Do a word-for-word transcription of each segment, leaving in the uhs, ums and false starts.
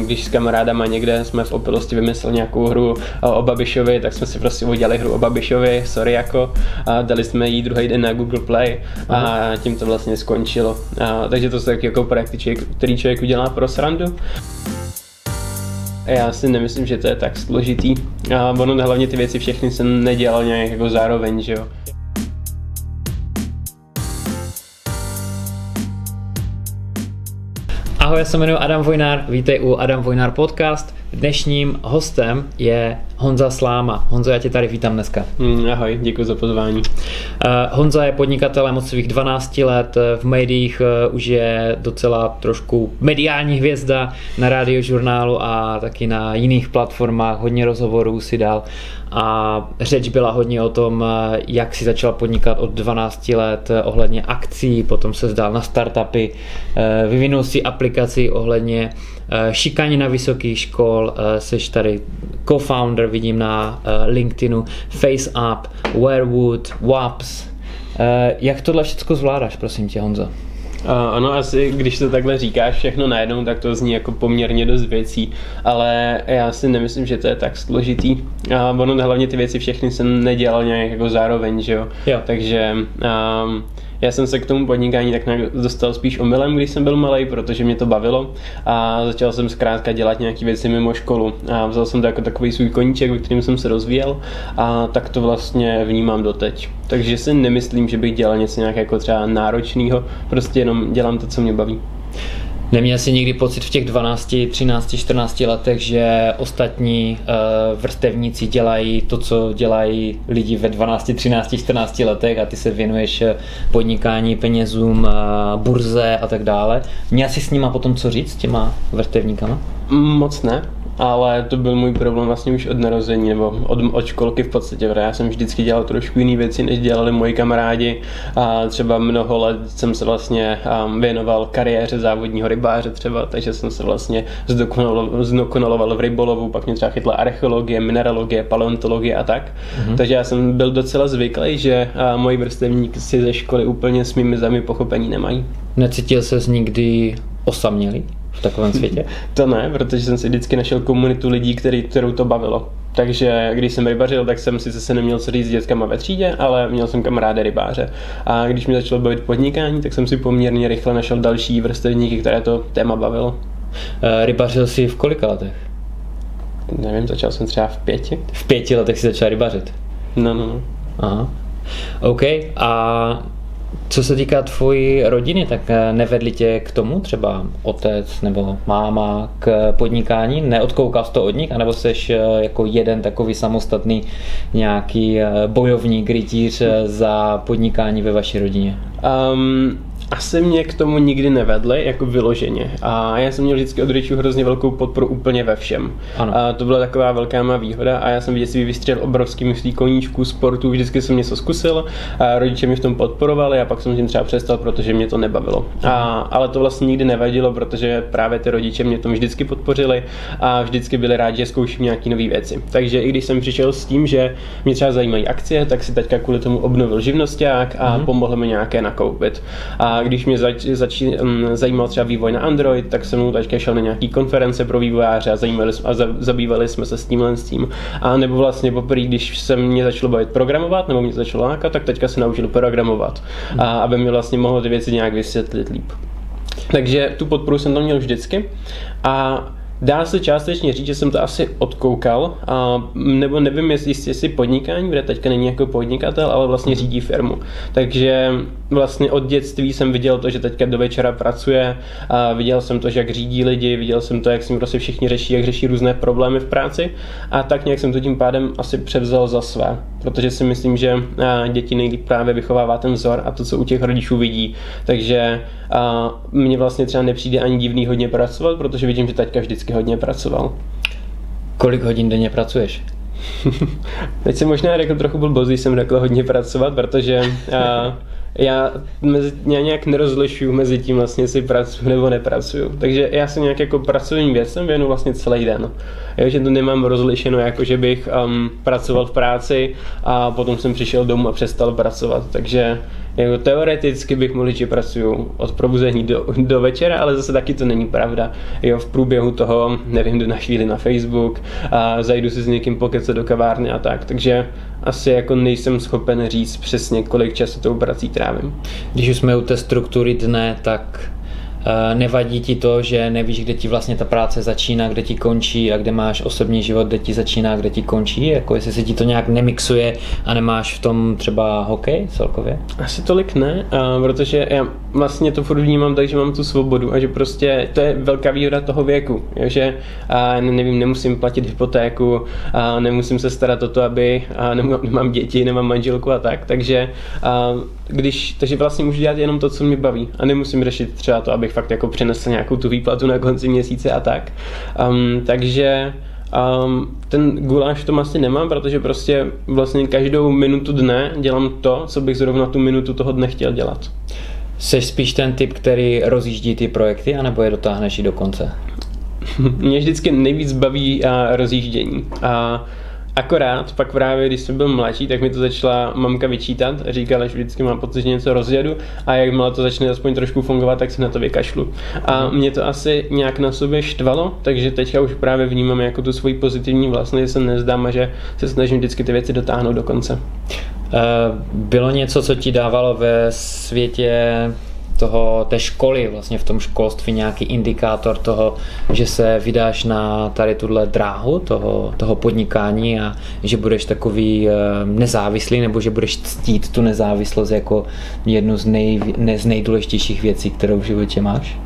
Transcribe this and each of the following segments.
když s kamarádama někde jsme v opilosti vymysleli nějakou hru o Babišovi, tak jsme si prostě udělali hru o Babišovi, sorry jako, a dali jsme ji druhý den na Google Play a tím to vlastně skončilo. A, takže to jsou taky jako projekty, který člověk udělá pro srandu. Já si nemyslím, že to je tak složitý. A ono hlavně ty věci všechny jsem nedělal nějak jako zároveň, že jo. Ahoj, já se jmenuji Adam Vojnár, vítej u Adam Vojnár podcast. Dnešním hostem je Honza Sláma. Honzo, já tě tady vítám dneska. Mm, ahoj, děkuji za pozvání. Uh, Honza je podnikatelem od svých dvanácti let, v médiích uh, už je docela trošku mediální hvězda na Radiožurnálu a taky na jiných platformách, hodně rozhovorů si dal a řeč byla hodně o tom, jak si začal podnikat od dvanácti let ohledně akcí, potom se zdal na startupy, uh, vyvinul si aplikaci ohledně uh, šikaní na vysokých škol, uh, seš tady co-founder, vidím na uh, LinkedInu, FaceUp, Werewood, Waps. Uh, jak tohle všechno zvládáš, prosím tě, Honzo? Uh, ano, asi když to takhle říkáš všechno najednou, tak to zní jako poměrně dost věcí, ale já si nemyslím, že to je tak složitý. Uh, ono hlavně ty věci všechny jsem nedělal nějak jako zároveň, že jo. jo. Takže um, já jsem se k tomu podnikání tak nějak dostal spíš omylem, když jsem byl malej, protože mě to bavilo a začal jsem zkrátka dělat nějaké věci mimo školu a vzal jsem to jako takový svůj koníček, ve kterým jsem se rozvíjel a tak to vlastně vnímám doteď. Takže si nemyslím, že bych dělal něco nějak jako třeba náročného, prostě jenom dělám to, co mě baví. Neměl jsi nikdy pocit v těch dvanácti, třinácti, čtrnácti letech, že ostatní uh, vrstevníci dělají to, co dělají lidi ve dvanácti, třinácti, čtrnácti letech a ty se věnuješ podnikání, penězům, uh, burze a tak dále. Měl jsi s nima potom co říct, s těma vrstevníkama? Moc ne. Ale to byl můj problém vlastně už od narození nebo od, od školky v podstatě, protože já jsem vždycky dělal trošku jiné věci, než dělali moji kamarádi a třeba mnoho let jsem se vlastně um, věnoval kariéře závodního rybáře třeba, takže jsem se vlastně zdokonaloval, zdokonaloval v rybolovu, pak mě třeba chytla archeologie, mineralogie, paleontologie a tak. Mm-hmm. Takže já jsem byl docela zvyklý, že uh, moji vrstevníci si ze školy úplně s mými zemi pochopení nemají. Necítil ses nikdy osamělý v takovém světě? To ne, protože jsem si vždycky našel komunitu lidí, který, kterou to bavilo. Takže když jsem rybařil, tak jsem sice se neměl co říct s dětskama ve třídě, ale měl jsem kamarády rybáře. A když mi začalo bavit podnikání, tak jsem si poměrně rychle našel další vrstevníky, které to téma bavilo. E, rybařil jsi v kolika letech? Nevím, začal jsem třeba v pěti. V pěti letech jsi začal rybařit? No, no, no. Aha. OK. A co se týká tvojí rodiny, tak nevedli tě k tomu třeba otec nebo máma k podnikání? Neodkoukal jsi to od nich? Anebo jsi jako jeden takový samostatný nějaký bojovník, rytíř za podnikání ve vaší rodině? Um, asi mě k tomu nikdy nevedli, jako vyloženě. A já jsem měl vždycky od rodičů hrozně velkou podporu úplně ve všem. Ano. A to byla taková velká má výhoda a já jsem v dětství vystřelil obrovský množství koníčků, sportů, vždycky jsem něco zkusil a rodiče mě v tom podporovali a pak jsem tím třeba přestal, protože mě to nebavilo. A, ale to vlastně nikdy nevadilo, protože právě ty rodiče mě tom vždycky podpořili a vždycky byli rádi, že zkouším nějaké nové věci. Takže i když jsem přišel s tím, že mě třeba zajímají akcie, tak si teďka kvůli tomu obnovil živnosťák a mm. pomohl mi nějaké nakoupit. A když mě zač, zač, zajímal třeba vývoj na Android, tak jsem mu teďka šel na nějaký konference pro vývojáře a, zajímali, a za, zabývali jsme se s tímhle s tím. A nebo vlastně poprvé, když se mě začalo bavit programovat, nebo mě začalo lákat, tak teďka se naučil programovat, a aby mi vlastně mohlo ty věci nějak vysvětlit líp. Takže tu podporu jsem tam měl vždycky a dá se částečně říct, že jsem to asi odkoukal, a, nebo nevím, jestli, jestli podnikání, kde teďka není jako podnikatel, ale vlastně řídí firmu. Takže vlastně od dětství jsem viděl to, že teďka do večera pracuje, a viděl jsem to, že jak řídí lidi, viděl jsem to, jak si prostě všichni řeší, jak řeší různé problémy v práci a tak nějak jsem to tím pádem asi převzal za své, protože si myslím, že děti nejlíp právě vychovává ten vzor a to, co u těch rodičů vidí. Takže a, mně vlastně třeba nepřijde ani divný hodně pracovat, protože vidím, že teďka vždycky hodně pracoval. Kolik hodin denně pracuješ? Teď jsem možná řekl trochu blbost, když jsem řekl hodně pracovat, protože a, já, mezi, já nějak nerozlišuju mezi tím vlastně, jestli pracuju nebo nepracuju. Takže já se nějak jako pracovním věcem věnu vlastně celý den. Jo, že to nemám rozlišeno, jako že bych um, pracoval v práci a potom jsem přišel domů a přestal pracovat. Takže jako teoreticky bych mohl říct, že pracuju od probuzení do, do večera, ale zase taky to není pravda. Jo, v průběhu toho, nevím, jdu na chvíli na Facebook a zajdu si s někým pokecat do kavárny a tak. Takže asi jako nejsem schopen říct přesně, kolik času tou prací trávím. Když už jsme u té struktury dne, tak nevadí ti to, že nevíš, kde ti vlastně ta práce začíná, kde ti končí a kde máš osobní život, kde ti začíná, kde ti končí? Jako jestli se ti to nějak nemixuje a nemáš v tom třeba hokej celkově? Asi tolik ne, a protože já vlastně to furt vnímám tak, že mám tu svobodu a že prostě to je velká výhoda toho věku, jo, že a nevím, nemusím platit hypotéku, a nemusím se starat o to, aby a nemám, nemám děti, nemám manželku a tak, takže a když, takže vlastně můžu dělat jenom to, co mě baví a nemusím řešit třeba to, abych fakt jako přinesl nějakou tu výplatu na konci měsíce a tak. Um, takže um, ten guláš v tom asi nemám, protože prostě vlastně každou minutu dne dělám to, co bych zrovna tu minutu toho dne chtěl dělat. Jsi spíš ten typ, který rozjíždí ty projekty, anebo je dotáhneš i do konce? Mě vždycky nejvíc baví a rozjíždění. A akorát pak právě, když jsem byl mladší, tak mi to začala mamka vyčítat a říkala, že vždycky mám pocit, že něco rozjedu a jakmile to začne aspoň trošku fungovat, tak si na to vykašlu. A mě to asi nějak na sobě štvalo, takže teďka už právě vnímám jako tu svoji pozitivní vlastnost, že se nezdám a že se snažím vždycky ty věci dotáhnout do konce. Bylo něco, co ti dávalo ve světě toho, té školy, vlastně v tom školství nějaký indikátor toho, že se vydáš na tady tuhle dráhu toho, toho podnikání a že budeš takový nezávislý, nebo že budeš ctít tu nezávislost jako jednu z, nej, ne, z nejdůležitějších věcí, kterou v životě máš?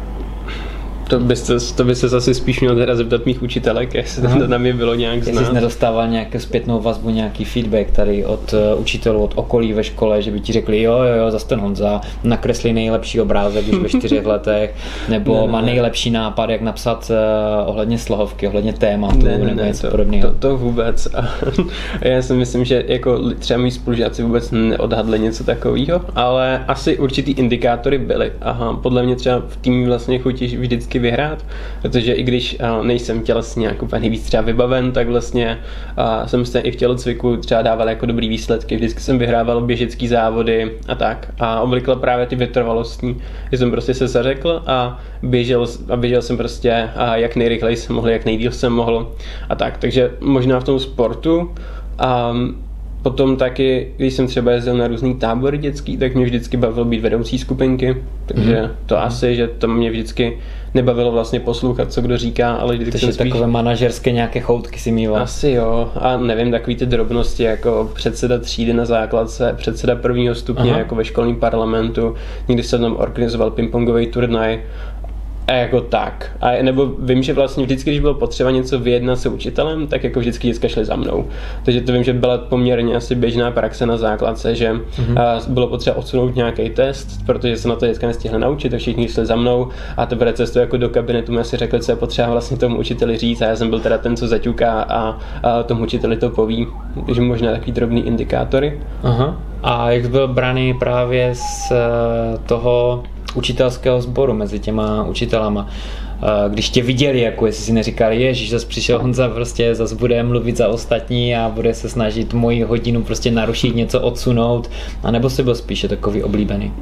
To by se, to by se asi spíš měl teda zeptat mých učitelek, jestli to na mě bylo nějak znát. Jestli jsi nedostával nějakou zpětnou vazbu, nějaký feedback tady od uh, učitelů, od okolí ve škole, že by ti řekli, jo, jo, jo, zas ten Honza nakreslí nejlepší obrázek už ve čtyřech letech, nebo ne, ne, má nejlepší nápad, jak napsat uh, ohledně slohovky, ohledně tématu, ne, ne, nebo ne, něco to, podobného. To, to vůbec. A já si myslím, že jako třeba mý spolužáci vůbec neodhadli něco takového, ale asi určitý indikátory byly. Aha, podle mě třeba v týmu vlastně chutí vždycky vyhrát, protože i když uh, nejsem tělesně jako úplně nejvíc třeba vybaven, tak vlastně uh, jsem se i v tělocviku třeba dával jako dobrý výsledky. Vždycky jsem vyhrával běžecký závody a tak. A obvykle právě ty vytrvalostní, že jsem prostě se zařekl a běžel, a běžel jsem prostě uh, jak nejrychleji jsem mohl, jak nejdýl jsem mohl a tak. Takže možná v tom sportu um, potom taky, když jsem třeba jezdil na různý tábory dětský, tak mě vždycky bavilo být vedoucí skupinky, takže mm-hmm. to asi, že to mě vždycky nebavilo vlastně poslouchat, co kdo říká, ale vždycky jsem spíš... takové manažerské nějaké choutky si mýval. Asi jo, a nevím, takový ty drobnosti jako předseda třídy na základce, předseda prvního stupně, aha, jako ve školním parlamentu, někdy jsem tam organizoval pingpongový turnaj, a jako tak. A nebo vím, že vlastně vždycky, když bylo potřeba něco vyjednat se učitelem, tak jako vždycky děcka šli za mnou. Takže to vím, že byla poměrně asi běžná praxe na základce, že mm-hmm. bylo potřeba odsunout nějaký test, protože se na to děcka nestihli naučit, tak všichni šli za mnou a teprve cestu jako do kabinetu mi asi řekli, co je potřeba vlastně tomu učiteli říct a já jsem byl teda ten, co zaťuká a, a tomu učiteli to poví. Takže možná takový drobný indikátory. Aha. A jak byl braný právě z toho učitelského sboru mezi těma učitelama? Když tě viděli, jako jestli si neříkali, ježiš, zase přišel Honza, prostě zase bude mluvit za ostatní a bude se snažit moji hodinu prostě narušit, něco odsunout, anebo jsi byl spíše takový oblíbený?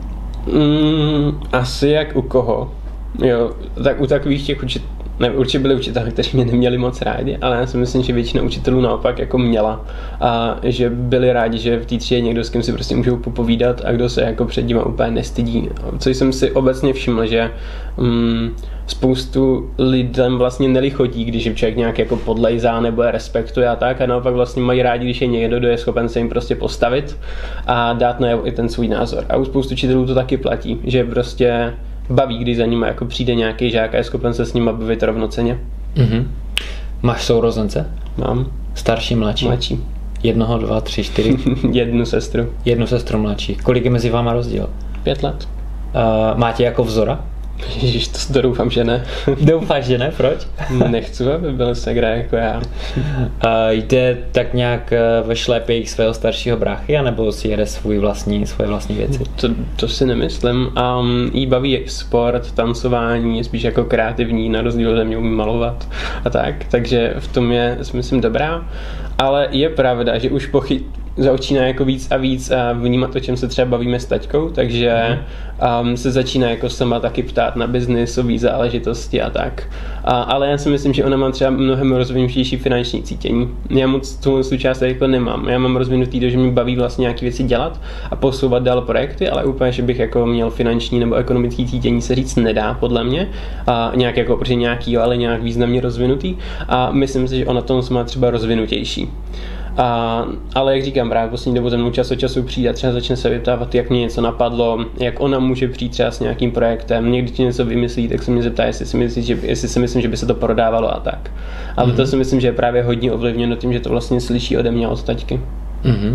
Mm, asi jak u koho. Jo, tak u takových těch učitelů, ne, určitě byli učitelé, kteří mě neměli moc rádi, ale já si myslím, že většina učitelů naopak jako měla a že byli rádi, že v té třídě někdo, s kým si prostě můžou popovídat a kdo se jako před nimi úplně nestydí. Co jsem si obecně všiml, že mm, spoustu lidem vlastně nelichotí, když jim člověk nějak jako podlejzá nebo je respektuje a tak, a naopak vlastně mají rádi, když je někdo, kdo je schopen se jim prostě postavit a dát najevo i ten svůj názor. A u spoustu učitelů to taky platí, že prostě baví, když za nimi jako přijde nějaký žák a je schopen se s ním bavit rovnocenně. Mm-hmm. Máš sourozence? Mám. Starší, mladší? Mladší. Jednoho, dva, tři, čtyři? Jednu sestru. Jednu sestru mladší. Kolik je mezi váma rozdíl? Pět let. Uh, máte jako vzora? Ježiš, to, to doufám, že ne. Doufáš, že ne? Proč? Nechci, aby byl segra jako já. A jde tak nějak ve šlépějích svého staršího bráchy, anebo si jede svůj vlastní, svoje vlastní věci? To, to si nemyslím. Um, jí baví sport, tancování, je spíš jako kreativní, na rozdíl ode mě umí malovat a tak. Takže v tom je, si myslím, dobrá. Ale je pravda, že už pochyt začíná jako víc a víc a vnímat, o čem se třeba bavíme s taťkou, takže um, se začíná jako sama taky ptát na biznisové záležitosti a tak. A, ale já si myslím, že ona má třeba mnohem rozvinutější finanční cítění. Já moc tu součást jako nemám. Já mám rozvinutý to, že mi baví vlastně nějaké věci dělat a posouvat dál projekty, ale úplně, že bych jako měl finanční nebo ekonomický cítění, se říct nedá, podle mě. A nějak jako, protože nějaký, ale nějak významně rozvinutý. A myslím si, že ona tom má třeba rozvinutější. A, ale jak říkám, právě poslední dobu za mnou čas od času přijde a třeba začne se vyptávat, jak mě něco napadlo, jak ona může přijít třeba s nějakým projektem, někdy ti něco vymyslí, tak se mě zeptá, jestli si, myslí, že, jestli si myslím, že by se to prodávalo a tak. Ale mm-hmm. to si myslím, že je právě hodně ovlivněno tím, že to vlastně slyší ode mě od taťky. Mm-hmm.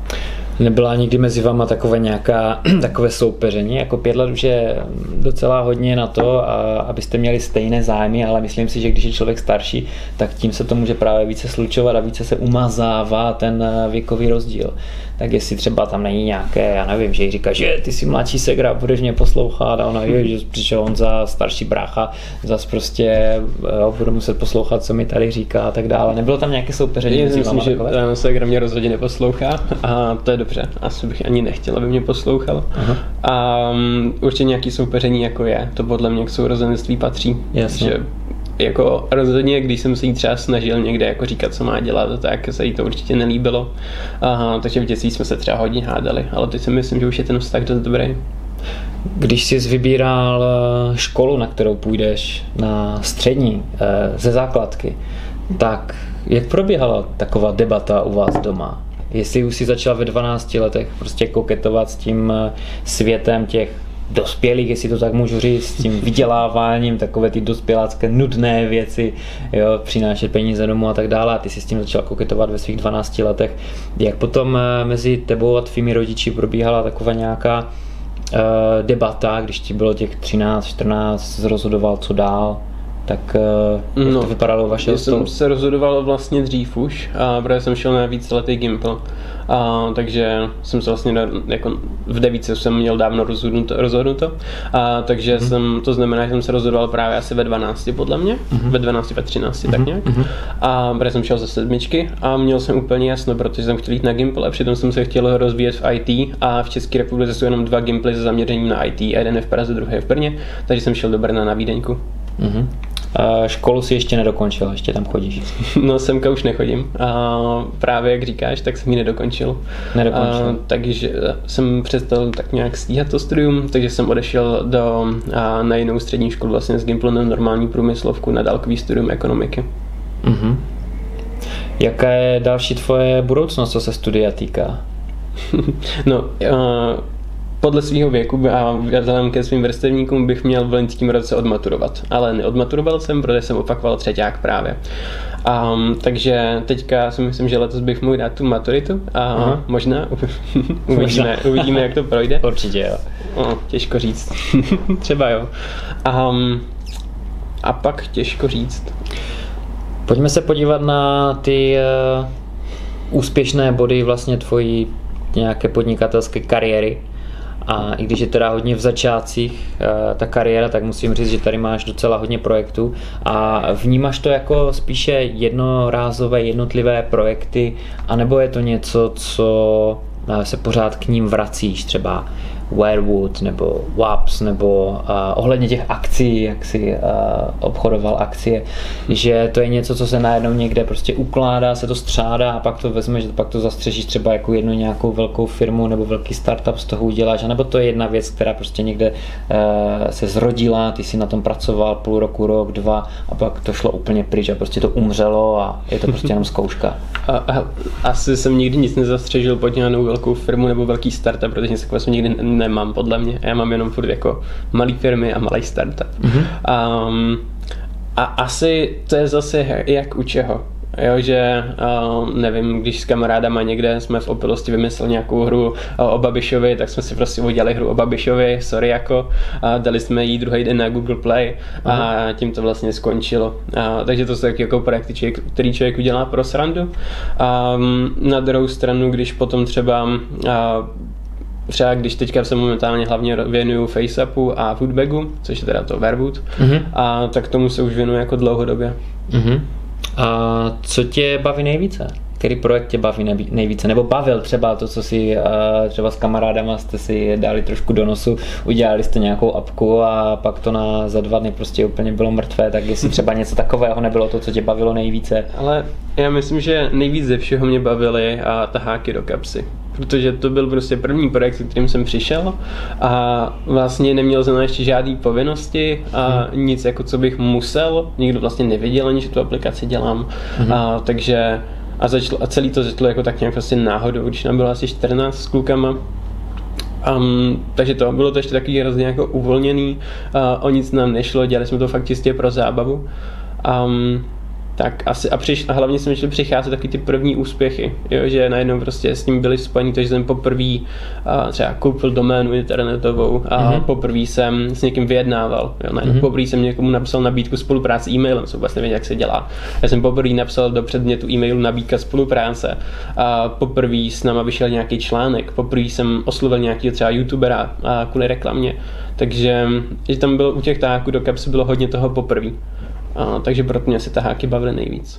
Nebyla nikdy mezi váma takové nějaká takové soupeření? Jako pět let už je docela hodně na to, a, abyste měli stejné zájmy, ale myslím si, že když je člověk starší, tak tím se to může právě více slučovat a více se umazává ten věkový rozdíl. Tak jestli třeba tam není nějaké, já nevím, že jí říká, že ty jsi mladší segra, budeš mě poslouchat a ona je, že přišel on za starší brácha, zas prostě jo, budu muset poslouchat, co mi tady říká a tak dále. Nebylo tam nějaké soupeření? Já myslím, že segra mě rozhodně neposlouchá a to je dobře. Asi bych ani nechtěl, aby mě poslouchal. Aha. A um, určitě nějaký soupeření jako je. To podle mě k sourozenství patří. Jasně. Že jako rozhodně, když jsem se jí třeba snažil někde jako říkat, co má dělat, tak se jí to určitě nelíbilo. Aha, takže v dětství jsme se třeba hodně hádali, ale teď si myslím, že už je ten vztah dost dobrý. Když jsi vybíral školu, na kterou půjdeš, na střední, ze základky, tak jak probíhala taková debata u vás doma? Jestli už si začal ve dvanácti letech prostě koketovat s tím světem těch dospělých, jestli to tak můžu říct, s tím vyděláváním, takové ty dospělácké nudné věci, jo, přinášet peníze domů a tak dále, a ty si s tím začal koketovat ve svých dvanácti letech. Jak potom mezi tebou a tvými rodiči probíhala taková nějaká uh, debata, když ti bylo těch třináct, čtrnáct, rozhodoval, co dál? Tak jak no, to vypadalo vaše Já jsem se rozhodoval vlastně dřív už, a protože jsem šel na víceletý Gimpl, a, takže jsem se vlastně jako v devíce jsem měl dávno rozhodnuto, rozhodnuto a, takže mm. jsem, to znamená, že jsem se rozhodoval právě asi ve dvanácti podle mě, mm. ve dvanácti, ve třinácti, mm. tak nějak. Mm. A protože jsem šel ze sedmičky a měl jsem úplně jasno, protože jsem chtěl jít na Gimpl a přitom jsem se chtěl rozvíjet v í té a v České republice jsou jenom dva Gimply se zaměřením na í té, jeden je v Praze, druhý je v Brně, takže jsem šel do Brna na Vídeňku. Mm. A školu si ještě nedokončil, ještě tam chodíš? No semka už nechodím a právě jak říkáš, tak jsem ji nedokončil. Nedokončil. A, takže jsem přestal tak nějak stíhat to studium, takže jsem odešel do, a, na jinou střední školu vlastně z Gimplu na normální průmyslovku na dálkový studium ekonomiky. Mhm. Jaká je další tvoje budoucnost, co se studia týká? no, a, podle svého věku a vzhledem ke svým vrstevníkům bych měl v loňském roce odmaturovat, ale neodmaturoval jsem, protože jsem opakoval třeťák právě. Um, takže teďka si myslím, že letos bych mohl dát tu maturitu a uh-huh. možná uvidíme, uvidíme, jak to projde. Určitě jo. O, těžko říct. Třeba jo. Um, a pak těžko říct. Pojďme se podívat na ty uh, úspěšné body vlastně tvojí nějaké podnikatelské kariéry. A i když je teda hodně v začátcích ta kariéra, tak musím říct, že tady máš docela hodně projektů a vnímáš to jako spíše jednorázové, jednotlivé projekty, anebo je to něco, co se pořád k ním vracíš, třeba Werewood nebo Waps nebo uh, ohledně těch akcí, jak si uh, obchodoval akcie, že to je něco, co se najednou někde prostě ukládá, se to střádá a pak to vezmeš, pak to zastřešíš třeba jako jednu nějakou velkou firmu nebo velký startup z toho uděláš, anebo to je jedna věc, která prostě někde uh, se zrodila, ty si na tom pracoval půl roku, rok, dva a pak to šlo úplně pryč a prostě to umřelo a je to prostě jenom zkouška. A, a, asi jsem nikdy nic nezastřežil pod nějakou velkou firmu nebo velký startup, protože něco takového jsem nikdy nemám podle mě. Já mám jenom furt jako malý firmy a malý startup. Mm-hmm. Um, a asi to je zase jak u čeho. Jo, že uh, nevím, když s kamarádama někde jsme v opilosti vymysleli nějakou hru uh, o Babišovi, tak jsme si prostě udělali hru o Babišovi, sorry jako, a dali jsme jí druhý den na Google Play a uh-huh. tím to vlastně skončilo. Uh, takže to jsou taky jako projekty, člověk, který člověk udělá pro srandu. Um, na druhou stranu, když potom třeba uh, třeba když teďka se momentálně hlavně věnuju FaceAppu a Foodbagu, což je teda to Verwood, uh-huh. a tak tomu se už věnuju jako dlouhodobě. Uh-huh. A co tě baví nejvíce? Který projekt tě baví nejvíce? Nebo bavil třeba to, co si třeba s kamarádama jste si dali trošku do nosu, udělali jste nějakou apku a pak to na za dva dny prostě úplně bylo mrtvé, tak jestli třeba něco takového nebylo to, co tě bavilo nejvíce? Ale já myslím, že nejvíc ze všeho mě bavily a taháky do kapsy. Protože to byl prostě první projekt, s kterým jsem přišel a vlastně neměl jsem ještě žádný povinnosti a hmm. nic jako co bych musel, nikdo vlastně nevěděl ani, že tu aplikaci dělám, hmm. a, takže a, začalo, a celý to začalo jako tak nějak prostě náhodou, když nám bylo asi čtrnáct s klukama. Um, takže to bylo to ještě takový hrozně jako uvolněný, uh, o nic nám nešlo, dělali jsme to fakt čistě pro zábavu. Um, Tak asi a, přiš, a hlavně jsme šli přicházet taky ty první úspěchy, jo, že najednou prostě s ním byli spojení, takže jsem poprvé třeba koupil doménu internetovou a mm-hmm. poprvé jsem s někým vyjednával, jo, najednou mm-hmm. poprvé jsem někomu napsal nabídku spolupráce e-mailem, co vlastně nevěděl, jak se dělá. Já jsem poprvé napsal do předmětu e-mailu nabídka spolupráce a poprvé s náma vyšel nějaký článek, poprvé jsem oslovil nějakého třeba youtubera a kvůli reklamě, takže že tam bylo u těch táků do kapsy bylo hodně toho poprvé. A, takže pro mě se taháky bavily nejvíc.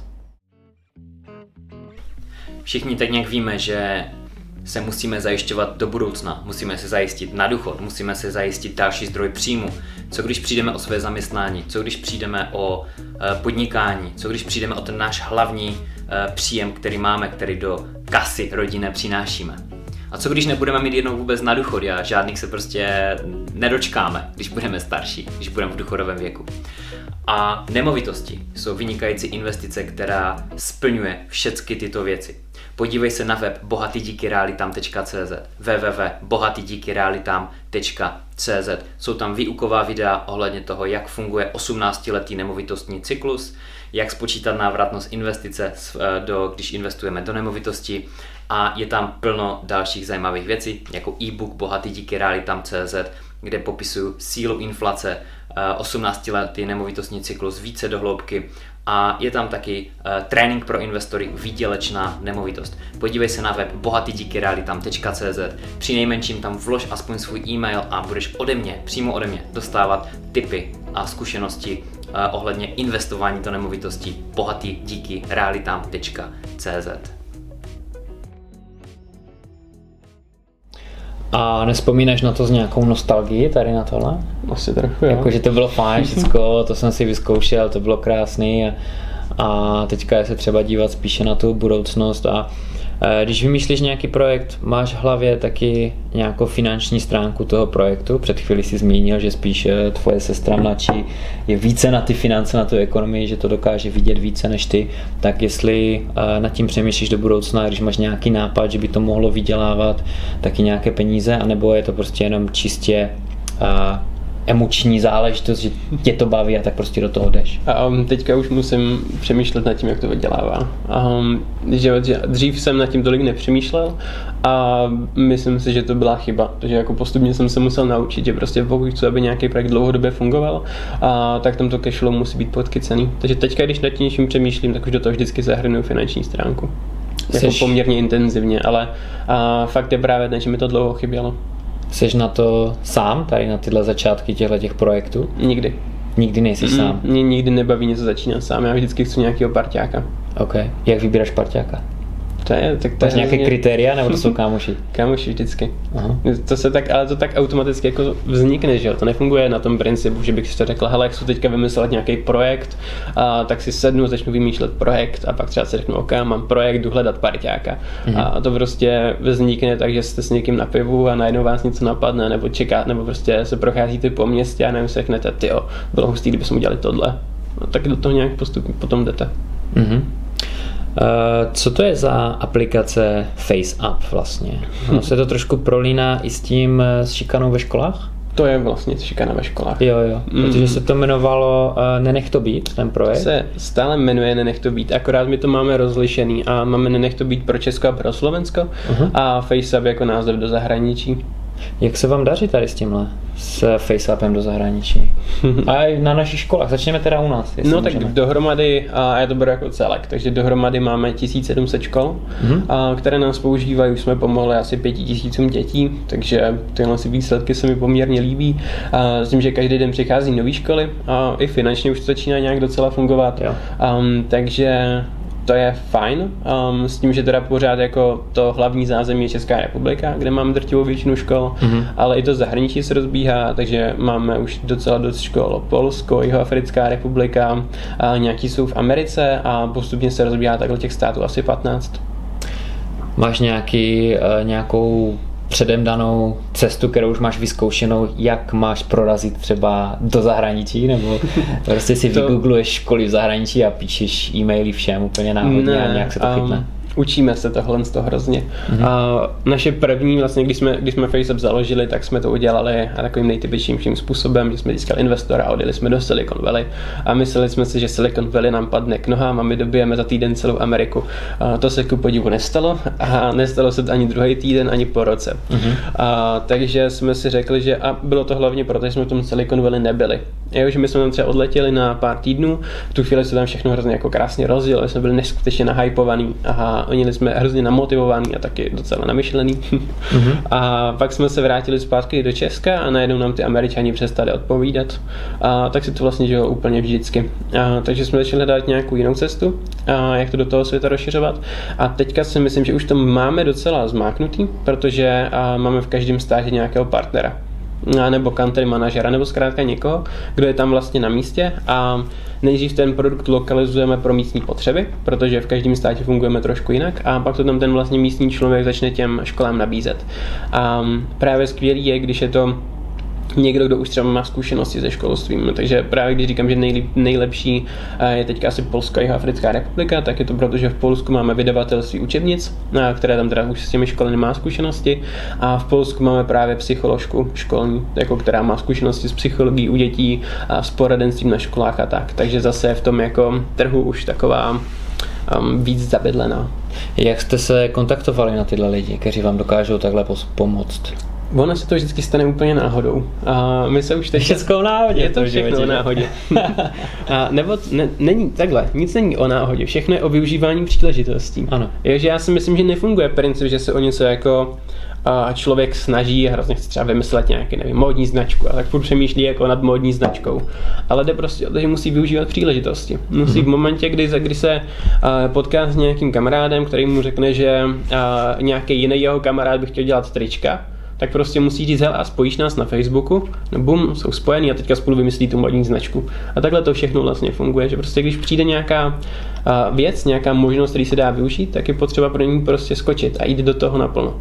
Všichni tak nějak víme, že se musíme zajišťovat do budoucna, musíme se zajistit na důchod, musíme se zajistit další zdroj příjmu. Co když přijdeme o své zaměstnání, co když přijdeme o e, podnikání, co když přijdeme o ten náš hlavní e, příjem, který máme, který do kasy rodinné přinášíme. A co když nebudeme mít jednou vůbec na důchod a žádných se prostě nedočkáme, když budeme starší, když budeme v důchodovém věku. A nemovitosti jsou vynikající investice, která splňuje všechny tyto věci. Podívej se na web bohatydíkyrealitám tečka cé zet, w w w tečka bohatydíkyrealitám tečka cé zet. Jsou tam výuková videa ohledně toho, jak funguje osmnáctiletý nemovitostní cyklus, jak spočítat návratnost investice, do, když investujeme do nemovitosti, a je tam plno dalších zajímavých věcí, jako e-book bohatydíkyrealitám tečka cé zet, kde popisuju sílu inflace, osmnáctiletý nemovitostní cyklus více do hloubky, a je tam taky uh, trénink pro investory výdělečná nemovitost. Podívej se na web bohatydíkyrealitám tečka cé zet, přinejmenším tam vlož aspoň svůj e-mail a budeš ode mě, přímo ode mě, dostávat tipy a zkušenosti uh, ohledně investování do nemovitostí. bohatydíkyrealitám tečka cé zet. A nespomínáš na to s nějakou nostalgií tady na tohle? Asi trochu, jo. Jakože to bylo fajn všecko, to jsem si vyzkoušel, to bylo krásný a, a teďka je se třeba dívat spíše na tu budoucnost a když vymýšlíš nějaký projekt, máš v hlavě taky nějakou finanční stránku toho projektu. Před chvíli si zmínil, že spíš tvoje sestra mladší je více na ty finance, na tu ekonomii, že to dokáže vidět více než ty. Tak jestli nad tím přemýšlíš do budoucna, když máš nějaký nápad, že by to mohlo vydělávat taky nějaké peníze, anebo je to prostě jenom čistě emoční záležitost, že tě to baví a tak prostě do toho jdeš. A um, teďka už musím přemýšlet nad tím, jak to vydělává. Um, že, že dřív jsem nad tím tolik nepřemýšlel a myslím si, že to byla chyba. Takže jako postupně jsem se musel naučit, že prostě pokud chci, aby nějaký projekt dlouhodobě fungoval, a tak tam to cashflow musí být podkycený. Takže teďka, když nad tím něčím přemýšlím, tak už do toho vždycky zahrnuju finanční stránku. Jako Seš... poměrně intenzivně, ale a fakt je právě, že mi to dlouho chybělo. Jseš na to sám, tady na tyhle začátky těchto těch projektů? Nikdy. Nikdy nejsi mm, sám? Mě nikdy nebaví něco začínat sám, já vždycky chci nějakého parťáka. OK. Jak vybíráš parťáka? To je, tak to Máš je nějaké mě... kritéria, nebo to jsou kámoši? Kámoši vždycky. Aha. To se tak, ale to tak automaticky jako vznikne, že jo? To nefunguje na tom principu, že bych si to řekl, hele, jak chci teďka vymyslet nějaký projekt, a tak si sednu, začnu vymýšlet projekt a pak třeba si řeknu, OK, mám projekt, jdu hledat parťáka. Mhm. A to prostě vznikne tak, že jste s někým na pivu a najednou vás něco napadne, nebo čeká, nebo prostě se procházíte po městě a najednou si řeknete, tyjo, bylo hustý, kdybychom udělali tohle. A tak do toho nějak postupně potom jdete. Mhm. Uh, co to je za aplikace FaceApp vlastně? Ono se to trošku prolíná i s tím s šikanou ve školách? To je vlastně šikana ve školách. Jo, jo, mm. protože se to jmenovalo uh, Nenech to být, ten projekt. Se stále jmenuje Nenech to být, akorát my to máme rozlišený a máme Nenech to být pro Česko a pro Slovensko uh-huh. a FaceUp jako název do zahraničí. Jak se vám daří tady s tímhle? S FaceUpem do zahraničí? A i na našich školách. Začneme teda u nás. No tak můžeme. Dohromady, a já to beru jako celek, takže dohromady máme tisíc sedm set škol, mm-hmm. a, které nás používají. Už jsme pomohli asi pěti tisícům dětí, takže tyhle si výsledky se mi poměrně líbí. A s tím, že každý den přichází nové školy a i finančně už to začíná nějak docela fungovat. Um, takže to je fajn, um, s tím, že teda pořád jako to hlavní zázemí je Česká republika, kde mám drtivou většinu škol, mm-hmm. ale i to zahraničí se rozbíhá, takže máme už docela dost škol. Polsko, Jihoafrická republika, a nějaký jsou v Americe a postupně se rozbíhá takhle těch států asi patnáct. Máš nějaký, uh, nějakou předem danou cestu, kterou už máš vyzkoušenou, jak máš prorazit třeba do zahraničí, nebo prostě si to... vygoogluješ školy v zahraničí a píšeš e-maily všem úplně náhodně ne, a nějak se to chytne? Um... Učíme se tohle z toho hrozně. Mm-hmm. A naše první, vlastně, když jsme, když jsme FaceUp založili, tak jsme to udělali takovým nejtypičnějším způsobem, že jsme získali investora a odjeli jsme do Silicon Valley a mysleli jsme si, že Silicon Valley nám padne k nohám a my dobijeme za týden celou Ameriku. A to se ku podivu nestalo a nestalo se to ani druhý týden, ani po roce. Mm-hmm. A, takže jsme si řekli, že a bylo to hlavně proto, že jsme v tom Silicon Valley nebyli. Jo, že my jsme tam třeba odletěli na pár týdnů, v tu chvíli se tam všechno hrozně jako krásně rozjelo, jsme byli neskutečně nahypovaný a oni jsme hrozně namotivovaný a taky docela namyšlený. Mm-hmm. A pak jsme se vrátili zpátky do Česka a najednou nám ty Američani přestali odpovídat. A tak si to vlastně dělo úplně vždycky. A, takže jsme začali hledat nějakou jinou cestu, a jak to do toho světa rozšiřovat. A teďka si myslím, že už to máme docela zmáknutý, protože a, máme v každém státě nějakého partnera. A nebo country manažera, nebo zkrátka někoho, kdo je tam vlastně na místě a nejdřív ten produkt lokalizujeme pro místní potřeby, protože v každém státě fungujeme trošku jinak a pak to tam ten vlastně místní člověk začne těm školám nabízet. A právě skvělý je, když je to někdo, kdo už třeba má zkušenosti se školstvím. Takže právě když říkám, že nejlep, nejlepší je teďka asi Polsko a Jihoafrická republika, tak je to proto, že v Polsku máme vydavatelství učebnic, které tam teda už s těmi školy nemá zkušenosti a v Polsku máme právě psycholožku školní, jako která má zkušenosti s psychologií u dětí a s poradenstvím na školách a tak. Takže zase je v tom jako trhu už taková um, víc zabydlená. Jak jste se kontaktovali na tyhle lidi, kteří vám dokážou takhle pomoct? Ono se to vždycky stane úplně náhodou. A my se už teď... Všechno náhodě. Je to všechno o náhodě. A nebo ne, není takhle, nic není o náhodě, všechno je o využívání příležitostí. Ano. Takže já si myslím, že nefunguje princip, že se o něco jako a člověk snaží a hrozně chce třeba vymyslet nějaký, nevím, módní značku a tak furt přemýšlí jako nad módní značkou. Ale jde prostě o to, že musí využívat příležitosti. Musí v momentě, kdy, kdy se uh, potká s nějakým kamarádem, který mu řekne, že uh, nějaký jiný jeho kamarád by chtěl dělat trička, tak prostě musí říct, hele, a spojíš nás na Facebooku, no bum, jsou spojení a teďka spolu vymyslí tu modní značku. A takhle to všechno vlastně funguje, že prostě když přijde nějaká uh, věc, nějaká možnost, který se dá využít, tak je potřeba pro ní prostě skočit a jít do toho naplno.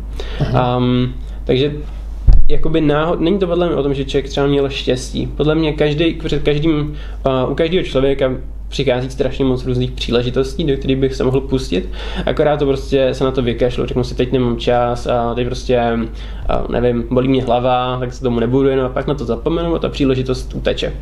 Um, takže jakoby náhod, není to podle mě o tom, že člověk třeba měl štěstí. Podle mě každý, před každým, uh, u každého člověka přichází strašně moc různých příležitostí, do kterých bych se mohl pustit. Akorát to prostě se na to vykašlu, řeknu si, teď nemám čas a teď prostě, a nevím, bolí mě hlava, tak se tomu nebudu jenom a pak na to zapomenu a ta příležitost uteče.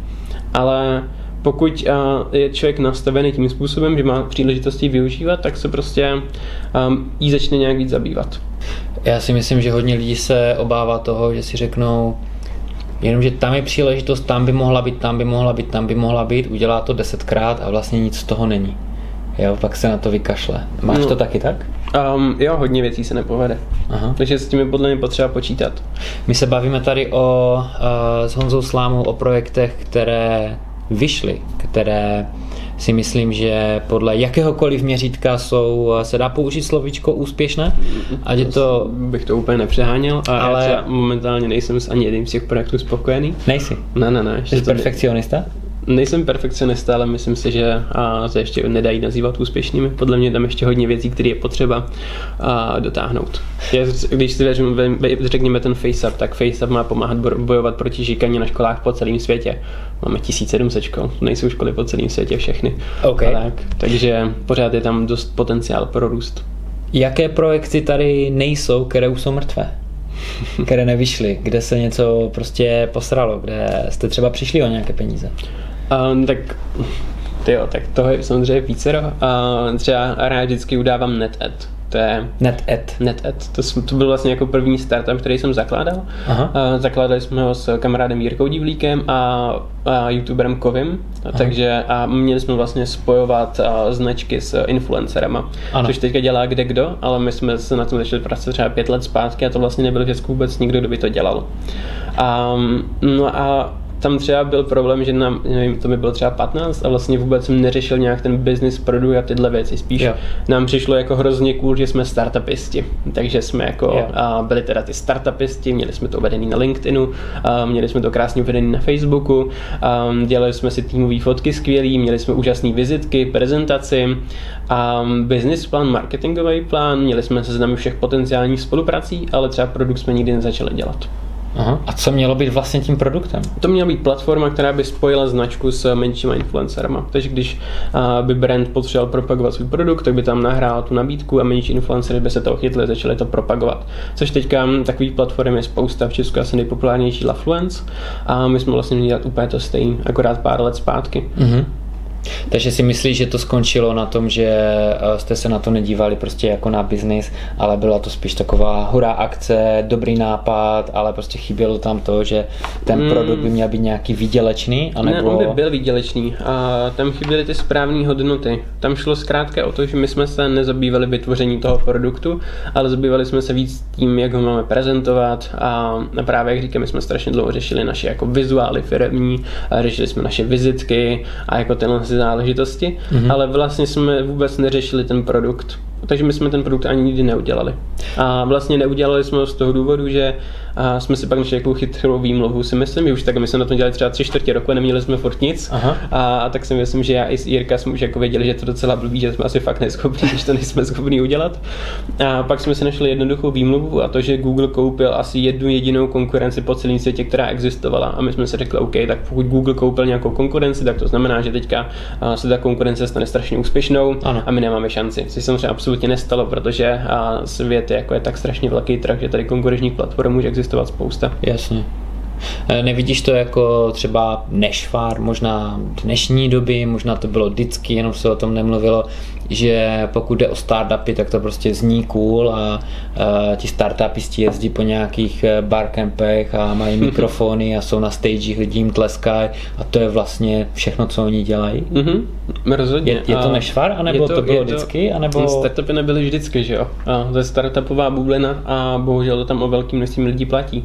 Ale pokud je člověk nastavený tím způsobem, že má příležitosti využívat, tak se prostě um, jí začne nějak víc zabývat. Já si myslím, že hodně lidí se obává toho, že si řeknou, jenomže tam je příležitost, tam by mohla být, tam by mohla být, tam by mohla být, udělá to desetkrát a vlastně nic z toho není. Jo, pak se na to vykašle. Máš no. to taky tak? Um, jo, hodně věcí se nepovede. Aha. Takže s tím je podle mě potřeba počítat. My se bavíme tady o, uh, s Honzou Slámou o projektech, které vyšly, které si myslím, že podle jakéhokoliv měřítka jsou, se dá použít slovíčko úspěšné. Ať je to... Bych to úplně nepřeháněl, a ale já momentálně nejsem s ani jedním z těch projektů spokojený. Nejsi? Ne, ne, ne. Jsi perfekcionista? Nejsem perfekcionista, ale myslím si, že a, se ještě nedají nazývat úspěšnými. Podle mě tam ještě hodně věcí, které je potřeba a, dotáhnout. Je, když si vezmeme, řekněme ten FaceUp, tak FaceUp má pomáhat bojovat proti šikaně na školách po celém světě. Máme tisíc sedm set škol, nejsou školy po celém světě všechny. Okay. Tak, takže pořád je tam dost potenciál pro růst. Jaké projekty tady nejsou, které už jsou mrtvé? které nevyšly, kde se něco prostě posralo, kde jste třeba přišli o nějaké peníze? Um, tak tyjo, tak toho je samozřejmě vícero. Uh, třeba rád vždycky udávám NetAd. To je NetAd. NetAd. To, to byl vlastně jako první startup, který jsem zakládal. Aha. Uh, zakládali jsme ho s kamarádem Jirkou Divlíkem a, a youtuberem Kovim. A takže a měli jsme vlastně spojovat uh, značky s influencerama. Ano. Což teďka dělá kde kdo, ale my jsme se na tom začali pracovat třeba pět let zpátky a to vlastně nebyl v Česku vůbec nikdo, kdo by to dělal. Um, no a tam třeba byl problém, že nám, nevím, to mi bylo třeba patnáct a vlastně vůbec jsem neřešil nějak ten business produkt a tyhle věci. Spíš jo. Nám přišlo jako hrozně cool, že jsme startupisti. Takže jsme jako a byli teda ty startupisti, měli jsme to uvedený na LinkedInu, a měli jsme to krásně uvedený na Facebooku, a dělali jsme si týmový fotky skvělý, měli jsme úžasné vizitky, prezentaci, a business plán, marketingový plán, měli jsme seznamy všech potenciálních spoluprací, ale třeba produkt jsme nikdy nezačali dělat. Aha. A co mělo být vlastně tím produktem? To měla být platforma, která by spojila značku s menšíma influencerama. Takže když uh, by brand potřeboval propagovat svůj produkt, tak by tam nahrál tu nabídku a menší influencery by se toho chytli a začali to propagovat. Což teďka takových platform je spousta, v Česku asi nejpopulárnější Lafluence a my jsme vlastně měli dělat úplně to stejné, akorát pár let zpátky. Mhm. Takže si myslíš, že to skončilo na tom, že jste se na to nedívali prostě jako na biznis, ale byla to spíš taková hurá akce, dobrý nápad, ale prostě chybělo tam to, že ten produkt by měl být nějaký výdělečný? Anebo... Ne, on by byl výdělečný a tam chyběly ty správné hodnoty. Tam šlo zkrátka o to, že my jsme se nezabývali vytvoření toho produktu, ale zabývali jsme se víc tím, jak ho máme prezentovat a právě, jak říkám, my jsme strašně dlouho řešili naše jako vizuály firemní, řešili jsme naše vizitky a jako tenhle záležitosti, mm-hmm. ale vlastně jsme vůbec neřešili ten produkt. Takže my jsme ten produkt ani nikdy neudělali. A vlastně neudělali jsme ho z toho důvodu, že a jsme si pak našli jakou chytrou výmluvu, si myslím, že už tak my jsme na tom dělali třeba tři čtvrtě roku a neměli jsme furt nic. Aha. A, a tak si myslím, že já i Jirka jsme už jako věděli, že to docela blbý, že jsme asi fakt neschopní, že to nejsme schopní udělat. A pak jsme si našli jednoduchou výmluvu a to, že Google koupil asi jednu jedinou konkurenci po celém světě, která existovala. A my jsme si řekli, OK, tak pokud Google koupil nějakou konkurenci, tak to znamená, že teďka se ta konkurence stane strašně úspěšnou ano. a my nemáme šanci. Což samozřejmě absolutně nestalo, protože svět je, jako je tak strašně velký trh, že tady konkurenčních platform může existovat spousta. Jasně. Nevidíš to jako třeba nešvar, možná dnešní doby, možná to bylo vždycky, jenom se o tom nemluvilo, že pokud jde o startupy, tak to prostě zní cool a, a ti startupisti jezdí po nějakých barcampech a mají mikrofony a jsou na stagech, lidi jim tleskají a to je vlastně všechno, co oni dělají. Mm-hmm. Rozhodně. Je, je to nešvar, anebo to, to bylo vždycky? Anebo... Startupy nebyly vždycky, že jo. A to je startupová bublina a bohužel to tam o velkým množství lidí platí.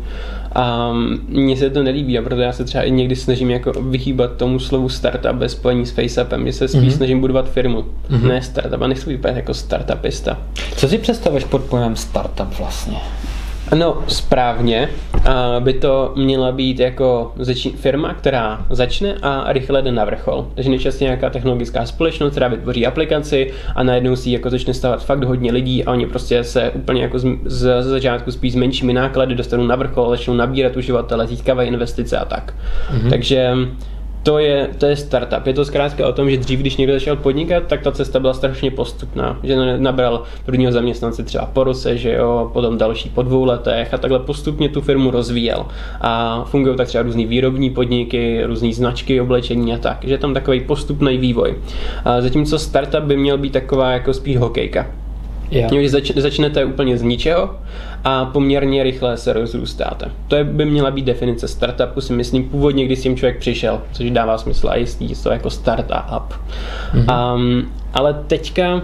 A mně se to nelíbí a proto já se třeba i někdy snažím jako vyhýbat tomu slovu startup bez spojení s FaceAppem, že se spíš mm-hmm. snažím budovat firmu, mm-hmm. ne startup a nechci být jako startupista. Co si představuješ pod pojmem startup vlastně? No, správně by to měla být jako zači- firma, která začne a rychle jde na vrchol. Takže nejčastěji nějaká technologická společnost, která vytvoří aplikaci a najednou si jako začne stávat fakt hodně lidí a oni prostě se úplně jako z, z, z začátku spíš s menšími náklady dostanou na vrchol, začnou nabírat uživatele, získávají investice a tak. Mm-hmm. Takže To je, to je startup. Je to zkrátka o tom, že dřív, když někdo začal podnikat, tak ta cesta byla strašně postupná. Že nabral prvního zaměstnance třeba po roce, že jo, potom další po dvou letech a takhle postupně tu firmu rozvíjel. A fungují tak třeba různý výrobní podniky, různý značky, oblečení a tak. Že je tam takový postupný vývoj. A zatímco startup by měl být taková jako spíš hokejka. Yeah. Když zač- začnete úplně z ničeho a poměrně rychle se rozrůstáte. To je, by měla být definice startupu, si myslím, původně, když s tím člověk přišel, což dává smysl a jistý, to jako startup. Mm-hmm. Um, ale teďka,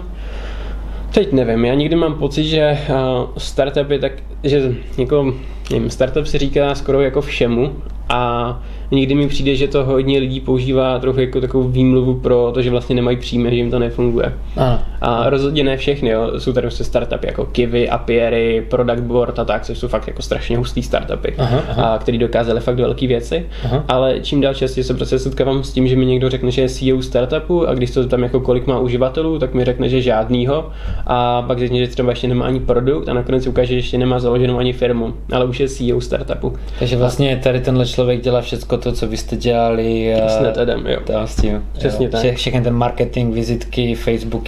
teď nevím, já někdy mám pocit, že uh, startup je tak, že jako, nevím, startup se říká skoro jako všemu a někdy mi přijde, že to hodně lidí používá trochu jako takovou výmluvu pro to, že vlastně nemají příjmy, že jim to nefunguje. Aha. A rozhodně ne všechny, jo. Jsou tady prostě startupy jako Kivy, Apiery, Product Board a tak, což jsou fakt jako strašně hustý startupy, aha, aha. A který dokázaly fakt velké věci, aha. Ale čím dál častěji se prostě setkávám s tím, že mi někdo řekne, že je C E O startupu a když to tam jako kolik má uživatelů, tak mi řekne, že žádnýho a pak řekne, že třeba ještě nemá ani produkt a nakonec ukáže, že ještě nemá založenou ani firmu, ale už je C E O startupu. Takže vlastně tady tenhle člověk dělá všechno to, co vy jste dělali s NetAdem, jo. To, s tím, přesně jo. tak. Všechny ten marketing, vizitky, Facebooky, profily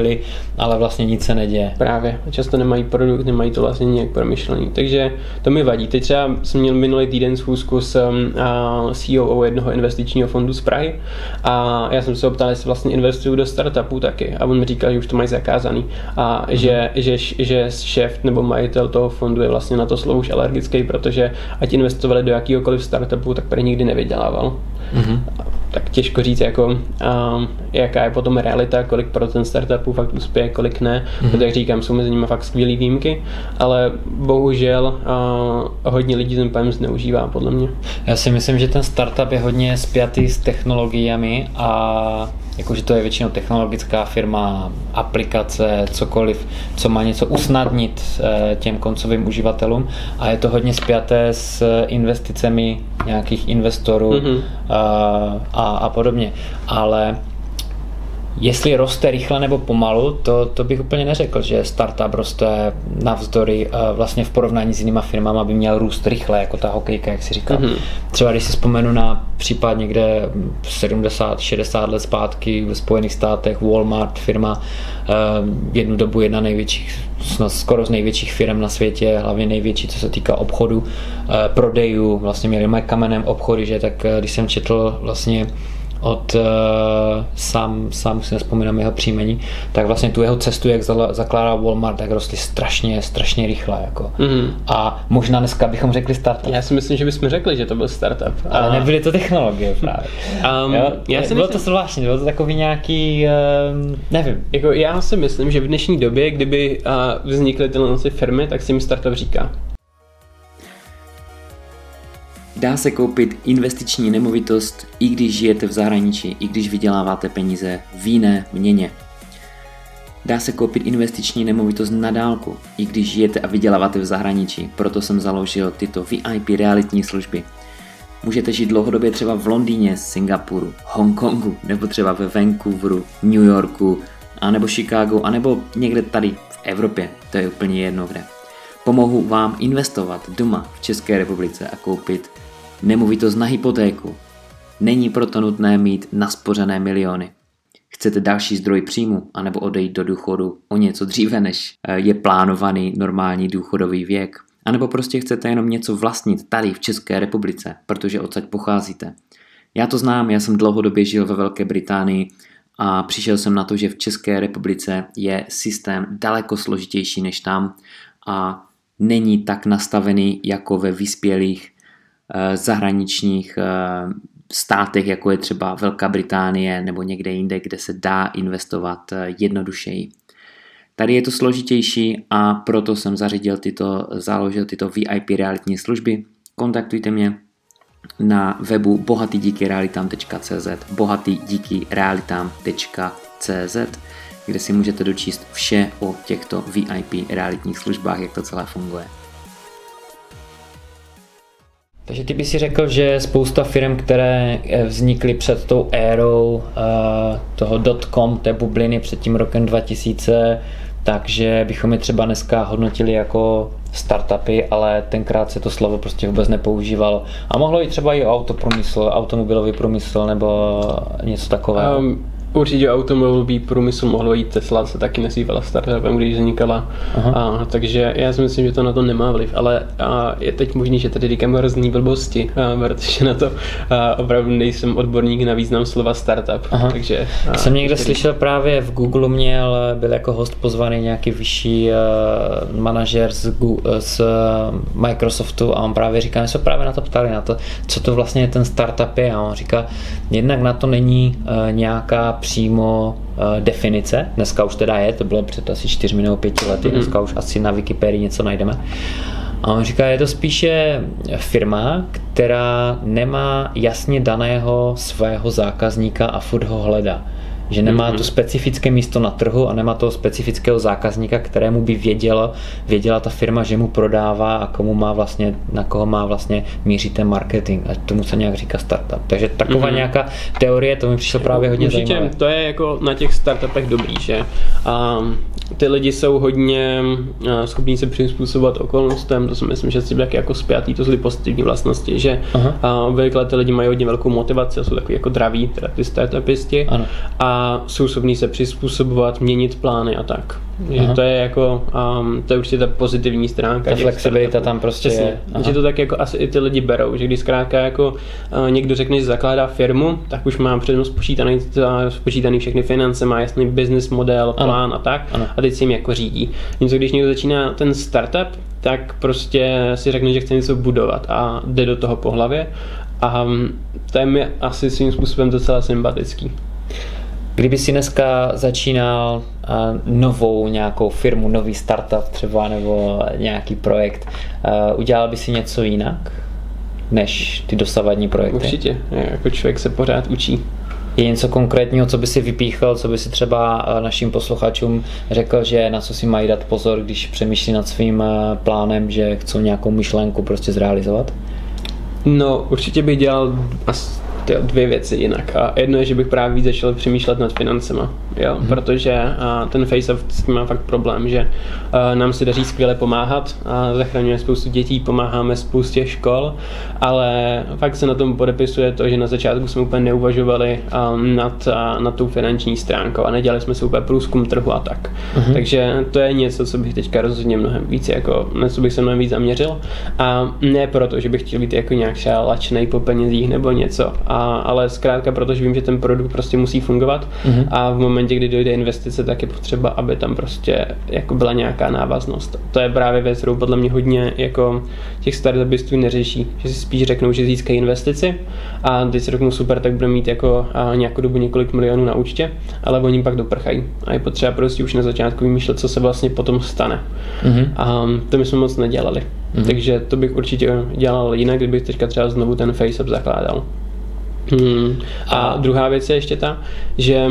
vytvořili, ale vlastně nic se neděje. Právě. Často nemají produkt, nemají to vlastně nějak promyšlený. Takže to mi vadí. Teď třeba jsem měl minulý týden schůzku s uh, C O O jednoho investičního fondu z Prahy a já jsem se ho ptal, jestli vlastně investují do startupů taky. A on mi říkal, že už to mají zakázaný. A mm-hmm. že, že, že šéf nebo majitel toho fondu je vlastně na to slovo už alergický, protože ať investovali do jakýhokoliv startupu, tak prý nikdy nevydělával. Mm-hmm. Tak těžko říct, jako, um, jaká je potom realita, kolik procent startupů fakt uspěje, kolik ne. Mm-hmm. Protože jak říkám, jsou mezi nimi fakt skvělý výjimky, ale bohužel uh, hodně lidí ten pojem zneužívá, podle mě. Já si myslím, že ten startup je hodně spjatý s technologiemi a jakože to je většinou technologická firma, aplikace, cokoliv, co má něco usnadnit těm koncovým uživatelům a je to hodně spjaté s investicemi nějakých investorů mm-hmm. a, a, a podobně. Ale jestli roste rychle nebo pomalu, to, to bych úplně neřekl, že startup roste navzdory vlastně v porovnání s jinýma firmama by měl růst rychle, jako ta hokejka, jak si říkal. Mm-hmm. Třeba když si vzpomenu na případ někde sedmdesát šedesát let zpátky v Spojených státech, Walmart, firma, jednu dobu jedna největších, skoro z největších firm na světě, hlavně největší, co se týká obchodu, prodejů, vlastně měli mají kamenem obchody, že tak když jsem četl vlastně od uh, sám, sám si nespomínám jeho příjmení, tak vlastně tu jeho cestu, jak zakládal Walmart, tak rostly strašně, strašně rychle. Jako. Mm-hmm. A možná dneska bychom řekli startup. Já si myslím, že bychom řekli, že to byl startup. Ale a... nebyly to technologie právě. Um, jo? Já si bylo myslím... to zvláštní, bylo to takový nějaký, uh, nevím. Jako já si myslím, že v dnešní době, kdyby uh, vznikly tyhle firmy, tak si jim startup říká. Dá se koupit investiční nemovitost, i když žijete v zahraničí, i když vyděláváte peníze v jiné měně. Dá se koupit investiční nemovitost na dálku, i když žijete a vyděláváte v zahraničí, proto jsem založil tyto V I P realitní služby. Můžete žít dlouhodobě třeba v Londýně, Singapuru, Hongkongu, nebo třeba ve Vancouveru, New Yorku, anebo Chicago, anebo někde tady v Evropě, to je úplně jedno kde. Pomohu vám investovat doma v České republice a koupit nemovitost na hypotéku. Není proto nutné mít naspořené miliony. Chcete další zdroj příjmu anebo odejít do důchodu o něco dříve, než je plánovaný normální důchodový věk. A nebo prostě chcete jenom něco vlastnit tady v České republice, protože odsaď pocházíte. Já to znám, já jsem dlouhodobě žil ve Velké Británii a přišel jsem na to, že v České republice je systém daleko složitější než tam a není tak nastavený jako ve vyspělých eh, zahraničních eh, státech, jako je třeba Velká Británie nebo někde jinde, kde se dá investovat eh, jednodušeji. Tady je to složitější a proto jsem zařídil tyto, založil tyto V I P realitní služby. Kontaktujte mě na webu bohatý díky realitám tečka cé zet bohatý díky realitám tečka cé zet, kde si můžete dočíst vše o těchto V I P realitních službách, jak to celé funguje. Takže ty by si řekl, že spousta firm, které vznikly před tou érou uh, toho dot-com, té bubliny před tím rokem dva tisíce, takže bychom je třeba dneska hodnotili jako startupy, ale tenkrát se to slovo prostě vůbec nepoužívalo. A mohlo i třeba i autoprůmysl, automobilový průmysl nebo něco takového. Um. Určitě automobilový průmysl mohlo jít, Tesla se taky nazývala startupem, když vznikala, a, takže já si myslím, že to na to nemá vliv, ale a, je teď možný, že tady říkám hrozný blbosti, a, protože na to a, opravdu nejsem odborník na význam slova startup. Aha. Takže, a, jsem někde tedy... slyšel právě v Google měl, byl jako host pozvaný nějaký vyšší uh, manažer z, Google, z Microsoftu a on právě říká, my se právě na to ptali, na to, co to vlastně ten startup je a on říká, jednak na to není uh, nějaká přímo uh, definice, dneska už teda je, to bylo před asi čtyřmi nebo pěti lety, mm-hmm. dneska už asi na Wikipedii něco najdeme. A on říká, je to spíše firma, která nemá jasně daného svého zákazníka a furt ho hledá. Že nemá mm-hmm. to specifické místo na trhu a nemá toho specifického zákazníka, kterému by věděla, věděla ta firma, že mu prodává a komu má vlastně, na koho má vlastně mířit ten marketing. A tomu se nějak říká startup. Takže taková mm-hmm. nějaká teorie, to mi přišlo právě hodně Určitě, zajímavé. To je jako na těch startupech dobrý, že a ty lidi jsou hodně schopní se přizpůsobovat okolnostem, to si myslím, že si taky jako spjatý, to jsou ty pozitivní vlastnosti, že obvykle ty lidi mají hodně velkou motivaci a jsou takový jako draví, teda ty startupisti. Ano. A a jsou schopní se přizpůsobovat, měnit plány a tak. Že to je jako, um, to je určitě ta pozitivní stránka. Ta flexibilita tam prostě Přesně. je. Aha. Že to tak jako asi i ty lidi berou, že když zkrátka jako uh, někdo řekne, že zakládá firmu, tak už má přednost spočítaný, spočítaný všechny finance, má jasný business model, plán ano. a tak ano. a teď si jim jako řídí. Něco když někdo začíná ten startup, tak prostě si řekne, že chce něco budovat a jde do toho po hlavě a um, to je mi asi svým způsobem docela sympatický. Kdyby si dneska začínal uh, novou nějakou firmu, nový startup třeba nebo nějaký projekt, uh, udělal by si něco jinak než ty dosavadní projekty? Určitě, jako člověk se pořád učí. Je něco konkrétního, co by si vypíchl, co by si třeba našim posluchačům řekl, že na co si mají dát pozor, když přemýšlí nad svým plánem, že chcou nějakou myšlenku prostě zrealizovat? No, určitě bych dělal asi dvě věci jinak. A jedno je, že bych právě víc začal přemýšlet nad financema, jo? Mm-hmm. Protože a, ten FaceUp s tím má fakt problém, že a, nám se daří skvěle pomáhat a zachraňujeme spoustu dětí, pomáháme spoustě škol, ale fakt se na tom podepisuje to, že na začátku jsme úplně neuvažovali a, nad, a, nad tou finanční stránkou a nedělali jsme si úplně průzkum trhu a tak. Mm-hmm. Takže to je něco, co bych teďka rozhodně mnohem víc, jako, na co bych se mnohem víc zaměřil. A ne proto, že bych chtěl být jako nějak třeba lačnej po penězích nebo něco, A, ale zkrátka, protože vím, že ten produkt prostě musí fungovat mm-hmm. a v momentě, kdy dojde investice, tak je potřeba, aby tam prostě jako byla nějaká návaznost. To je právě věc, kterou podle mě hodně jako těch startupistů neřeší, že si spíš řeknou, že získají investici a teď si řeknou super, tak budeme mít jako a nějakou dobu několik milionů na účtě, ale oni pak doprchají a je potřeba prostě už na začátku vymýšlet, co se vlastně potom stane. Mm-hmm. A to my jsme moc nedělali. Mm-hmm. Takže to bych určitě dělal jinak, kdybych teďka třeba znovu ten FaceUp zakládal. Hmm. A druhá věc je ještě ta, že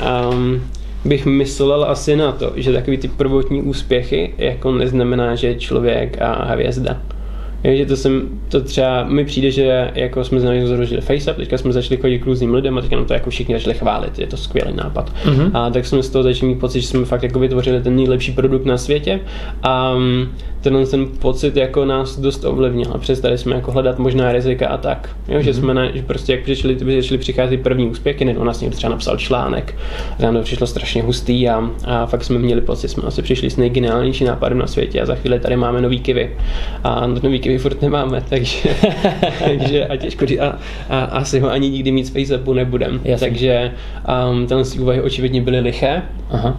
um, bych myslel asi na to, že takový ty prvotní úspěchy jako neznamená, že je člověk a hvězda. Je, že to, jsem, to třeba mi přijde, že jako jsme založili FaceUp, teďka jsme začali chodit k různým lidem a teďka nám to jako všichni začali chválit, je to skvělý nápad. Mm-hmm. A tak jsme z toho začali mít pocit, že jsme fakt jako vytvořili ten nejlepší produkt na světě a tenhle ten pocit jako nás dost ovlivnil a přestali jsme jako hledat možná rizika a tak. Jo, mm-hmm. že jsme na, že prostě jak přišli, přišli přicházet první úspěchy, nebo nás někdo třeba napsal článek, a nám to přišlo strašně hustý a, a fakt jsme měli pocit, jsme asi přišli s nejgeniálnější nápadem na světě a za chvíli tady máme nový Kiwi. A nový Kiwi furt nemáme, takže, takže a těžko říct, a, a asi ho ani nikdy mít z FaceUpu nebudem. Jasně. Takže um, tenhle úvahy očividně byly liché. Aha.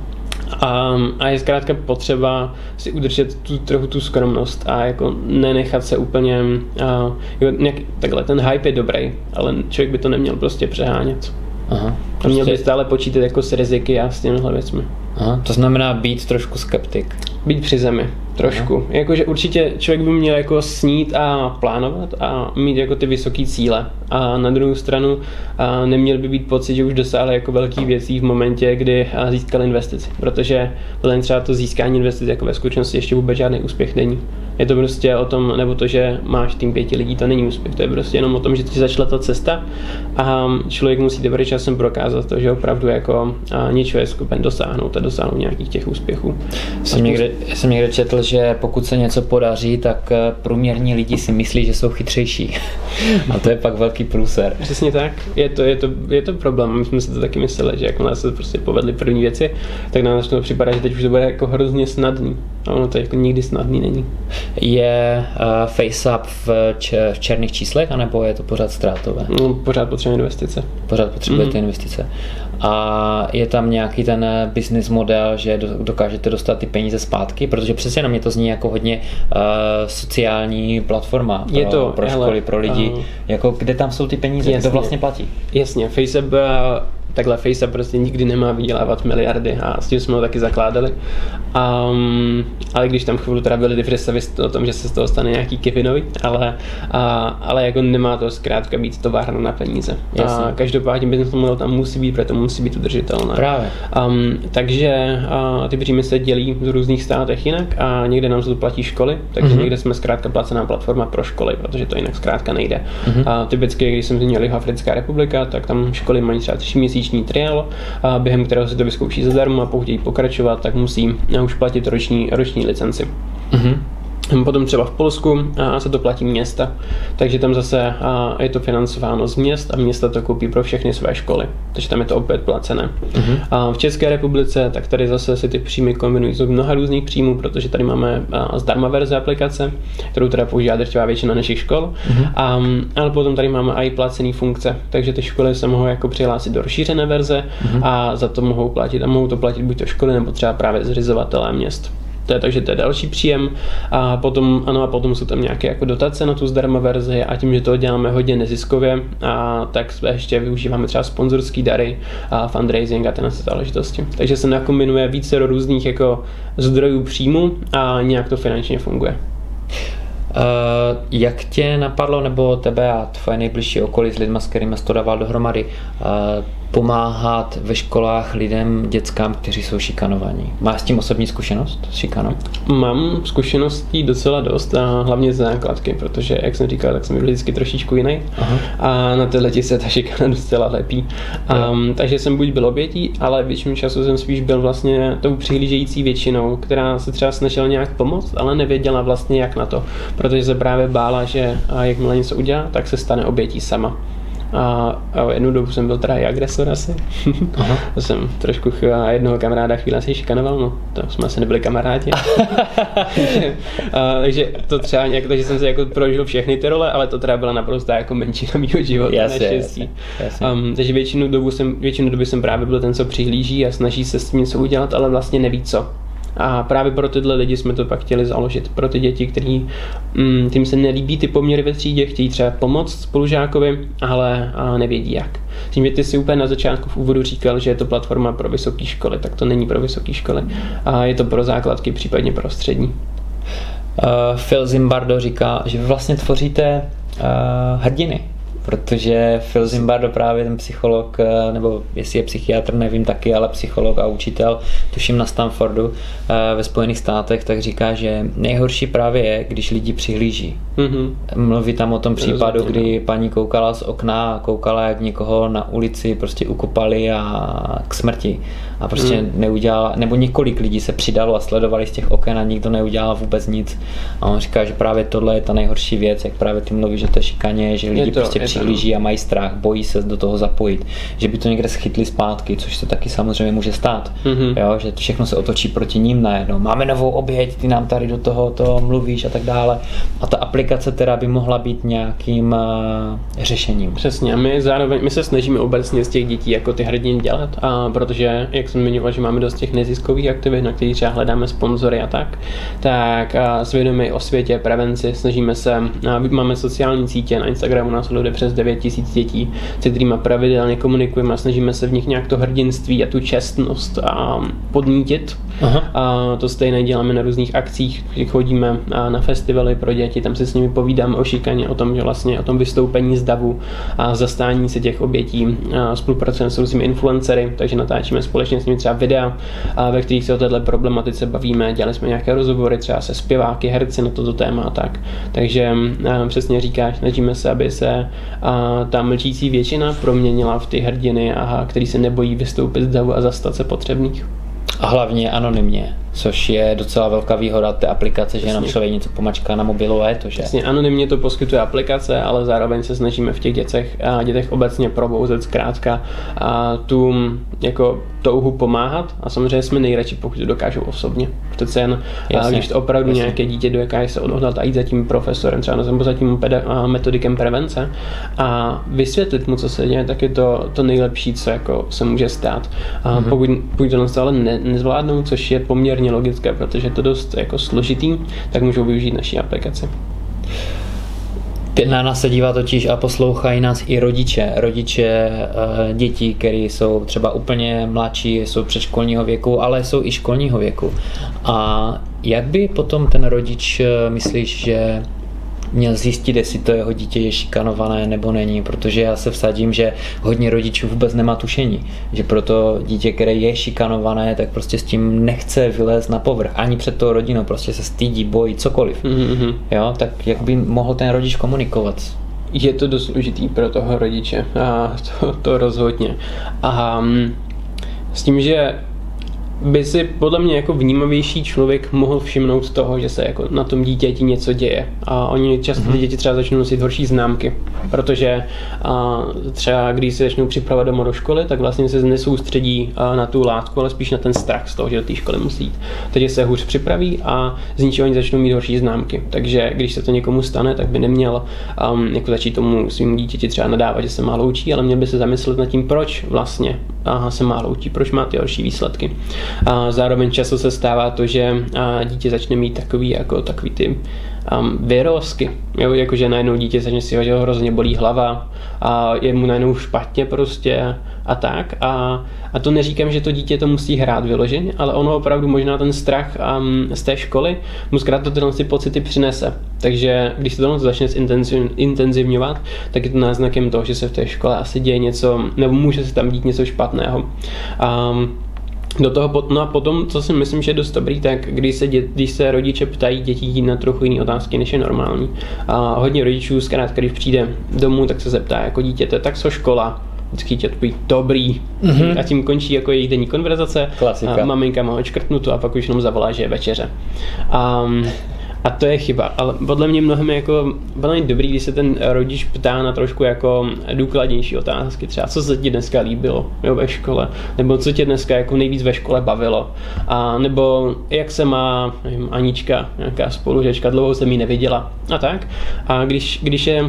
A, a je zkrátka potřeba si udržet tu, trochu tu skromnost a jako nenechat se úplně a, jo, nějak, takhle, ten hype je dobrý, ale člověk by to neměl prostě přehánět. Aha, prostě... Měl by stále počítat jako s riziky a s těmihle věcmi. Aha, to znamená být trošku skeptik. Být při zemi, trošku. Jakože určitě člověk by měl jako snít a plánovat a mít jako ty vysoké cíle. A na druhou stranu a neměl by být pocit, že už dosáhl jako velkých věcí v momentě, kdy získal investici. Protože podle třeba to získání investic jako ve skutečnosti ještě vůbec žádný úspěch není. Je to prostě o tom, nebo to, že máš tým pěti lidí, to není úspěch. To je prostě jenom o tom, že ti začala ta cesta a člověk musí teprve časem prokázat to, že opravdu jako něčeho je schopen dosáhnout a dosáhnout nějakých těch úspěchů. Jsem někde, já jsem někde četl, že pokud se něco podaří, tak průměrní lidi si myslí, že jsou chytřejší. A to je pak velký průser. Přesně tak. Je to, je to, je to problém. My jsme si to taky mysleli, že jak nás se prostě povedly první věci, tak nám začalo připadat, že teď už to bude jako hrozně snadný. A ono to jako nikdy snadný není. Je uh, FaceUp v, č- v černých číslech, anebo je to pořád ztrátové? No, pořád potřebuje investice. Pořád potřebujete mm. investice. A je tam nějaký ten business model, že do, dokážete dostat ty peníze zpátky, protože přesně na mě to zní jako hodně uh, sociální platforma pro, je to, pro školy, hele, pro lidi. Uh, jako kde tam jsou ty peníze, kdo vlastně platí? Jasně, FaceUp takhle FaceUp prostě nikdy nemá vydělávat miliardy a s tím jsme ho taky zakládali. Um, ale když tam chvíli teda byly ty představy o tom, že se z toho stane nějaký Kivinový, ale, a, ale jako nemá to zkrátka být továrna na peníze. Jasně. A každopádně business model tam musí být, proto musí být udržitelné. Právě. Um, takže a, ty příjmy se dělí v různých státech jinak a někde nám se to platí školy, takže mm-hmm. někde jsme zkrátka placená platforma pro školy, protože to jinak zkrátka nejde. Mm-hmm. A typicky, když jsem zmínil Jihoafrická republika, tak tam školy mají třeba tři měsíční trial, a během kterého se to vyzkouší zadarmo a pokud chtějí pokračovat, tak musí už platit roční, roční licenci. Mm-hmm. Potom třeba v Polsku a se to platí města, takže tam zase a je to financováno z měst a města to koupí pro všechny své školy, takže tam je to opět placené. Uh-huh. A v České republice, tak tady zase si ty příjmy kombinují z mnoha různých příjmů, protože tady máme zdarma verze aplikace, kterou teda používá drtivá většina našich škol, uh-huh. a, ale potom tady máme i placený funkce, takže ty školy se mohou jako přihlásit do rozšířené verze uh-huh. a za to mohou platit a mohou to platit buď to školy nebo třeba právě zřizovatelé měst. To je, takže to je další příjem a potom, ano, a potom jsou tam nějaké jako dotace na tu zdarma verzi a tím, že to děláme hodně neziskově, a tak ještě využíváme třeba sponzorský dary a fundraising a tyhle záležitosti. Takže se nakombinuje více do různých jako zdrojů příjmu a nějak to finančně funguje. Uh, jak tě napadlo, nebo tebe a tvoje nejbližší okolí s lidma, s kterými jsi to dával dohromady, uh, pomáhat ve školách lidem, dětskám, kteří jsou šikanovaní? Máš s tím osobní zkušenost s šikanou? Mám zkušeností docela dost a hlavně z základky, protože, jak jsem říkal, tak jsem byl vždycky trošičku jiný. Aha. A na tyhle se ta šikana docela lepí. Um, takže jsem buď byl obětí, ale většinu času jsem spíš byl vlastně tou přihlížející většinou, která se třeba snažila nějak pomoct, ale nevěděla vlastně jak na to, protože se právě bála, že jakmile něco udělá, tak se stane obětí sama. A, a jednu dobu jsem byl teda i agresor asi. Aha. To jsem trošku chvíle, jednoho kamaráda chvíle asi šikanoval, no to jsme asi nebyli kamarádi. takže, a, takže to třeba nějak, takže jsem se jako prožil všechny ty role, ale to teda byla naprosto jako menšina mýho života, jasně, naštěstí. Jasně, jasně. Um, takže většinu dobu jsem, většinu doby jsem právě byl ten, co přihlíží a snaží se s tím něco udělat, ale vlastně neví co. A právě pro tyhle lidi jsme to pak chtěli založit. Pro ty děti, který mm, tím se nelíbí ty poměry ve třídě, chtějí třeba pomoct spolužákovi, ale a nevědí jak. Tím, že ty si úplně na začátku v úvodu říkal, že je to platforma pro vysoké školy, tak to není pro vysoké školy. A je to pro základky, případně pro střední. Uh, Phil Zimbardo říká, že vy vlastně tvoříte uh, hrdiny. Protože Phil Zimbardo, právě ten psycholog, nebo jestli je psychiatr, nevím taky, ale psycholog a učitel, tuším na Stanfordu ve Spojených státech, tak říká, že nejhorší právě je, když lidi přihlíží. Mm-hmm. Mluví tam o tom případu, kdy paní koukala z okna a koukala, jak někoho na ulici prostě ukopali a k smrti. A prostě mm. neudělala, nebo několik lidí se přidalo a sledovali z těch oken a nikdo neudělal vůbec nic. A on říká, že právě tohle je ta nejhorší věc, jak právě ty mluví, že to je šikaně, že lidi to, prostě přihlíží a mají strach, bojí se do toho zapojit, že by to někde schytli zpátky, což se taky samozřejmě může stát, mm-hmm. jo, že všechno se otočí proti ním najednou. Máme novou oběť, ty nám tady do toho to mluvíš a tak dále. A ta aplikace teda by mohla být nějakým uh, řešením. Přesně, my zároveň my se snažíme obecně z těch dětí jako ty hrdiny dělat, a protože, jak jsem zmiňoval, že máme dost těch neziskových aktivit, na kterých třeba hledáme sponzory a tak, tak a svědomí o světě, prevenci, snažíme se, a máme sociální sítě, na Instagramu nás sleduje přes devět tisíc dětí, se kterými pravidelně komunikujeme a snažíme se v nich nějak to hrdinství a tu čestnost a podnítit. Aha. A to stejné děláme na různých akcích, kdy chodíme na festivaly pro děti, tam se s nimi povídáme o šikaně, o tom, že vlastně o tom vystoupení z davu a zastání se těch obětí. A spolupracujeme s různými influencery, takže natáčíme společně s nimi třeba videa, a ve kterých se o této problematice bavíme, dělali jsme nějaké rozhovory třeba se zpěváky, herci na toto téma a tak. Takže a, přesně říkáš, snažíme se, aby se a, ta mlčící většina proměnila v ty hrdiny, a, který se nebojí vystoupit z davu a zastat se potřebných. A hlavně anonymně, což je docela velká výhoda té aplikace, že jenom člověk něco pomačká na mobilu a je to, že? Jasně, anonymně to poskytuje aplikace, ale zároveň se snažíme v těch dětech, a dětech obecně probouzet zkrátka a tu jako touhu pomáhat, a samozřejmě jsme nejradši, pokud to dokážou osobně. Přece jen, jasně, když to opravdu jasně. nějaké dítě dokáže se odhodlat a jít za tím profesorem, třeba nebo za tím peda- metodikem prevence a vysvětlit mu, co se děje, tak je to, to nejlepší, co jako se může stát. A mm-hmm. pokud, pokud to stále ne, nezvládnou, což je poměrně logické, protože je to dost jako složitý, tak můžou využít naší aplikaci. Na nás se dívá totiž a poslouchají nás i rodiče. Rodiče uh, dětí, které jsou třeba úplně mladší, jsou předškolního věku, ale jsou i školního věku. A jak by potom ten rodič, uh, myslíš, že měl zjistit, jestli to jeho dítě je šikanované nebo není, protože já se vsadím, že hodně rodičů vůbec nemá tušení, že proto dítě, které je šikanované, tak prostě s tím nechce vylézt na povrch, ani před tou rodinou, prostě se stydí, bojí, cokoliv. Mm-hmm. Jo, tak jak by mohl ten rodič komunikovat? Je to dost složitý pro toho rodiče, a to, to rozhodně. A s tím, že by si podle mě jako vnímavější člověk mohl všimnout toho, že se jako na tom dítěti něco děje. A oni často ty děti třeba začnou nosit horší známky, protože a, třeba když se začnou připravovat doma do školy, tak vlastně se nesoustředí a, na tu látku, ale spíš na ten strach z toho, že do té školy musí jít. Takže se hůř připraví a z ničeho oni začnou mít horší známky. Takže když se to někomu stane, tak by neměl um, jako začít tomu svým dítěti třeba nadávat, že se málo učí, ale měl by se zamyslet nad tím, proč vlastně aha, se málo učí, proč má ty horší výsledky. A zároveň často se stává to, že dítě začne mít takový, jako, takový ty um, vyrozky, jo, jakože najednou dítě začne si ho, že ho hrozně bolí hlava a je mu najednou špatně prostě a tak. A, a to neříkám, že to dítě to musí hrát vyloženě, ale ono opravdu možná ten strach um, z té školy mu zkrátka tyhle ty pocity přinese. Takže když se to začne intenzivňovat, tak je to náznakem toho, že se v té škole asi děje něco, nebo může se tam dít něco špatného. Um, Do toho, no a potom, co si myslím, že je dost dobrý, tak když se, dě, když se rodiče ptají dětí na trochu jiné otázky, než je normální. A hodně rodičů, zkrátka, když přijde domů, tak se zeptá jako dítěte, tak co škola? Vždycky tě takový dobrý. Mm-hmm. A tím končí jako jejich denní konverzace. Klasika. A maminka má odškrtnuto a pak už jenom zavolá, že je večeře. Um, A to je chyba, ale podle mě mnohem jako velmi dobrý, když se ten rodič ptá na trošku jako důkladnější otázky, třeba co se ti dneska líbilo, jo, ve škole, nebo co tě dneska jako nejvíc ve škole bavilo, a nebo jak se má, nevím, Anička, nějaká spolužečka, dlouho jsem ji neviděla a tak. A když, když je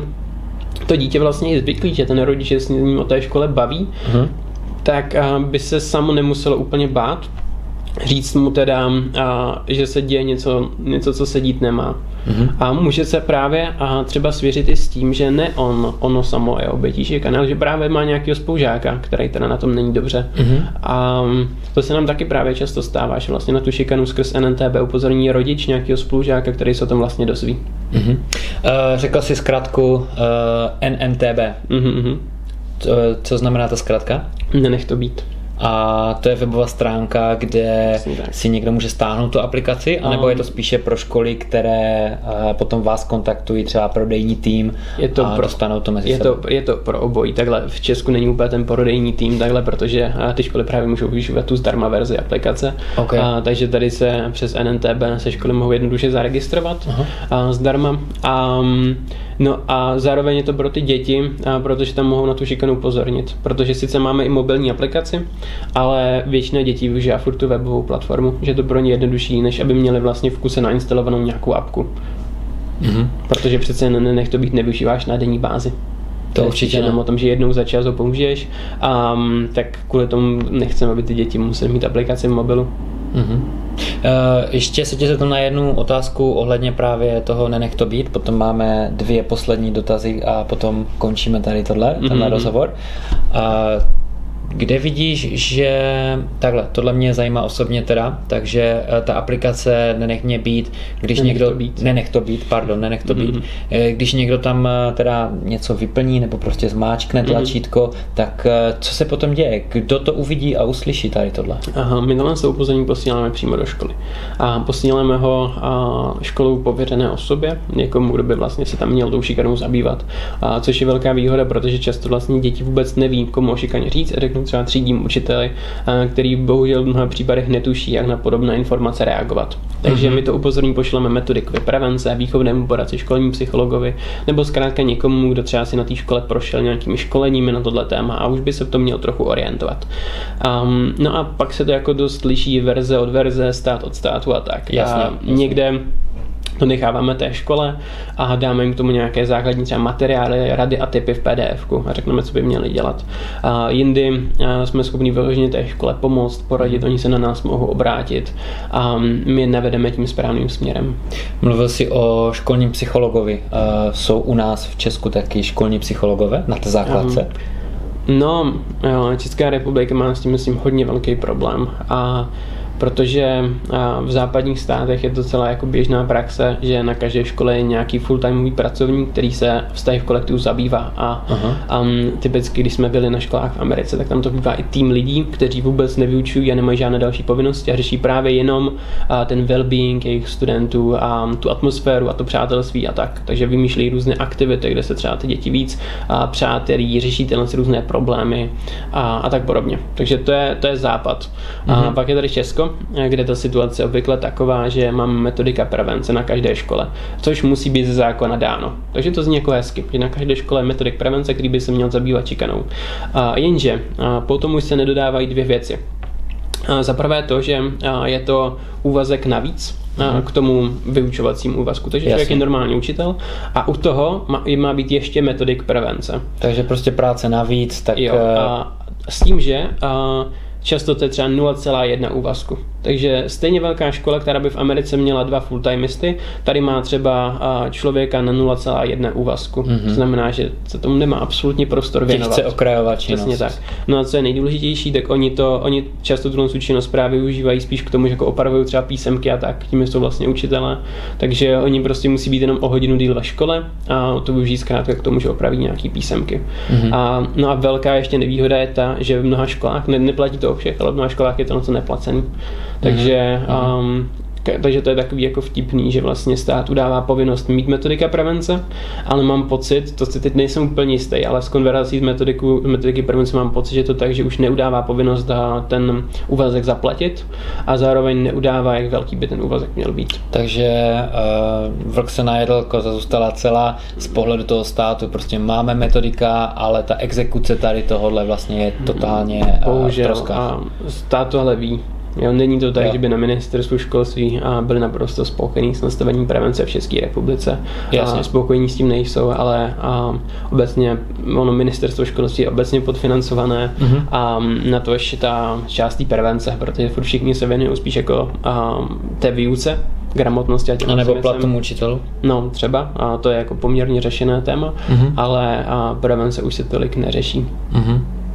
to dítě vlastně je zvyklý, že ten rodič se s ním o té škole baví, uh-huh. tak by se samo nemuselo úplně bát, říct mu teda, a, že se děje něco, něco, co se dít nemá. Mm-hmm. A může se právě a třeba svěřit i s tím, že ne on, ono samo je obětí šikany, ale že právě má nějakého spolužáka, který teda na tom není dobře. Mm-hmm. A to se nám taky právě často stává, že vlastně na tu šikanu skrz N N T B upozorní rodič nějakého spolužáka, který se o tom vlastně dozví. Mm-hmm. Uh, řekl jsi zkrátku uh, N N T B. Mm-hmm. Co, co znamená ta zkratka? Nenech to být. A to je webová stránka, kde si někdo může stáhnout tu aplikaci, anebo je to spíše pro školy, které potom vás kontaktují, třeba prodejní tým je to a pro, dostanou to mezi je sebou. To, je to pro obojí. Takhle v Česku není úplně ten prodejní tým, takhle, protože ty školy právě můžou využívat tu zdarma verzi aplikace. Okay. A, takže tady se přes N N T B se školy mohou jednoduše zaregistrovat a, zdarma. A, no a zároveň je to pro ty děti, a, protože tam mohou na tu šikanu upozornit. Protože sice máme i mobilní aplikaci, ale většina dětí využívá furt tu webovou platformu, že je to pro ně jednodušší, než aby měli vlastně v kuse nainstalovanou nějakou apku. Mm-hmm. Protože přece nech to být nevyužíváš na denní bázi. To, to určitě jenom o tom, že jednou za čas ho použiješ, um, tak kvůli tomu nechceme, aby ty děti musely mít aplikaci v mobilu. Mm-hmm. Uh, ještě se tě zeptám na jednu otázku ohledně právě toho nenech to být, potom máme dvě poslední dotazy a potom končíme tady tohle, tenhle mm-hmm. rozhovor. Uh, Kde vidíš, že takhle, tohle mě zajímá osobně teda, takže ta aplikace Nenech mě být, když nenech někdo, to být. nenech to být, pardon, nenech to mm-hmm. být, když někdo tam teda něco vyplní nebo prostě zmáčkne tlačítko, mm-hmm. tak co se potom děje? Kdo to uvidí a uslyší tady tohle? Aha, my tohle se upozornění posíláme přímo do školy. A posíláme ho školou pověřené osobě, někomu, kdo by vlastně se tam měl tou šikanou zabývat. A což je velká výhoda, protože často vlastně děti vůbec neví, komu o šikaně říct, řeknou třeba třídním učiteli, který bohužel v mnoha případech netuší, jak na podobné informace reagovat. Takže mm-hmm. my to upozornění pošleme metodikovi prevence, výchovnému poradci, školnímu psychologovi, nebo zkrátka někomu, kdo třeba si na té škole prošel nějakými školeními na tohle téma a už by se v tom měl trochu orientovat. Um, no a pak se to jako dost liší verze od verze, stát od státu a tak. Jasně, a jasně. někde to necháváme té škole a dáme jim k tomu nějaké základní třeba materiály, rady a tipy v P D F ku a řekneme, co by měli dělat. A jindy jsme schopni vyloženě té škole pomoct, poradit, oni se na nás mohou obrátit a my je navedeme tím správným směrem. Mluvil jsi o školním psychologovi. Jsou u nás v Česku taky školní psychologové na té základce? No, jo, Česká republika má s tím, myslím, hodně velký problém a protože v západních státech je to celá jako běžná praxe, že na každé škole je nějaký full-timeový pracovník, který se vztahy v kolektivu zabývá a um, typicky, když jsme byli na školách v Americe, tak tam to bývá i tým lidí, kteří vůbec nevyučují a nemají žádné další povinnosti a řeší právě jenom uh, ten well-being jejich studentů a tu atmosféru a to přátelství a tak. Takže vymýšlejí různé aktivity, kde se třeba ty děti víc a přátelí, řeší tyhle různé problémy a, a tak podobně. Takže to je, to je západ. Mm-hmm. A pak je tady Česko, kde ta situace je obvykle taková, že máme metodika prevence na každé škole, což musí být ze zákona dáno. Takže to zní jako hezky, že na každé škole je metodik prevence, který by se měl zabývat šikanou. A jenže a potom už se nedodávají dvě věci. A za prvé to, že je to úvazek navíc k tomu vyučovacímu úvazku. Takže člověk je normální učitel a u toho má, má být ještě metodik prevence. Takže prostě práce navíc, tak... Jo, a s tím, že a často to je třeba nula celá jedna úvazku. Takže stejně velká škola, která by v Americe měla dva full-timeisty, tady má třeba člověka na nula celá jedna úvazku. Mm-hmm. To znamená, že se tomu nemá absolutně prostor věnovat. Chce okrajovat činnost. Přesně tak. No a co je nejdůležitější, tak oni to, oni často tu činnost právě využívají spíš k tomu, že jako opravují třeba písemky a tak, tím jsou vlastně učitelé. Takže oni prostě musí být jenom o hodinu díl ve škole a to využijí zkrátka k tomu, že opraví nějaký písemky. Mm-hmm. A, no a velká ještě nevýhoda je ta, že v mnoha školách, ne, neplatí to o všech, ale v mnoha školách je to na to neplacený. Takže, um, k- takže to je takový jako vtipný, že vlastně stát udává povinnost mít metodika prevence, ale mám pocit, to si teď nejsem úplně jistý, ale s konverzací z metodiku, metodiky prevence mám pocit, že to tak, že už neudává povinnost ten úvazek zaplatit a zároveň neudává, jak velký by ten úvazek měl být. Takže uh, vlk se najedl, koza zůstala celá, z pohledu toho státu prostě máme metodika, ale ta exekuce tady tohohle vlastně je totálně uh, Bohužel, a stát tohle ví. Jo, není to tak, jo. že by na ministerstvu školství a byli naprosto spokojení s nastavením prevence v České republice. Jasně. A spokojení s tím nejsou, ale a obecně ono ministerstvo školství je obecně podfinancované mm-hmm. a na to ještě ta část té prevence, protože furt všichni se věnují spíš jako a, té výuce, gramotnosti a těm. A nebo platům učitelů? No, třeba. A to je jako poměrně řešené téma, mm-hmm. ale a prevence už se tolik neřeší. Mm-hmm.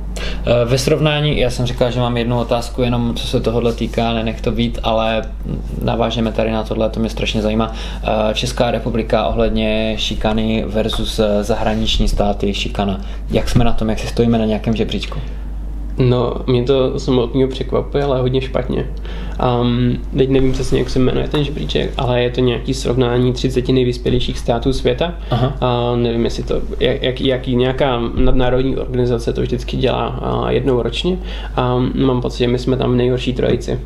Ve srovnání, já jsem říkal, že mám jednu otázku, jenom co se tohohle týká, nenech to být, ale navážeme tady na tohle, to mě strašně zajímá. Česká republika ohledně šikany versus zahraniční státy šikana. Jak jsme na tom, jak si stojíme na nějakém žebříčku? No, mě to samotného překvapuje, ale hodně špatně. Um, teď nevím přesně, jak se jmenuje ten žebříček, ale je to nějaký srovnání třiceti nejvyspělejších států světa. A nevím, jestli to, jak, jak, jaký nějaká nadnárodní organizace to vždycky dělá a jednou ročně. A mám pocit, že my jsme tam v nejhorší trojici.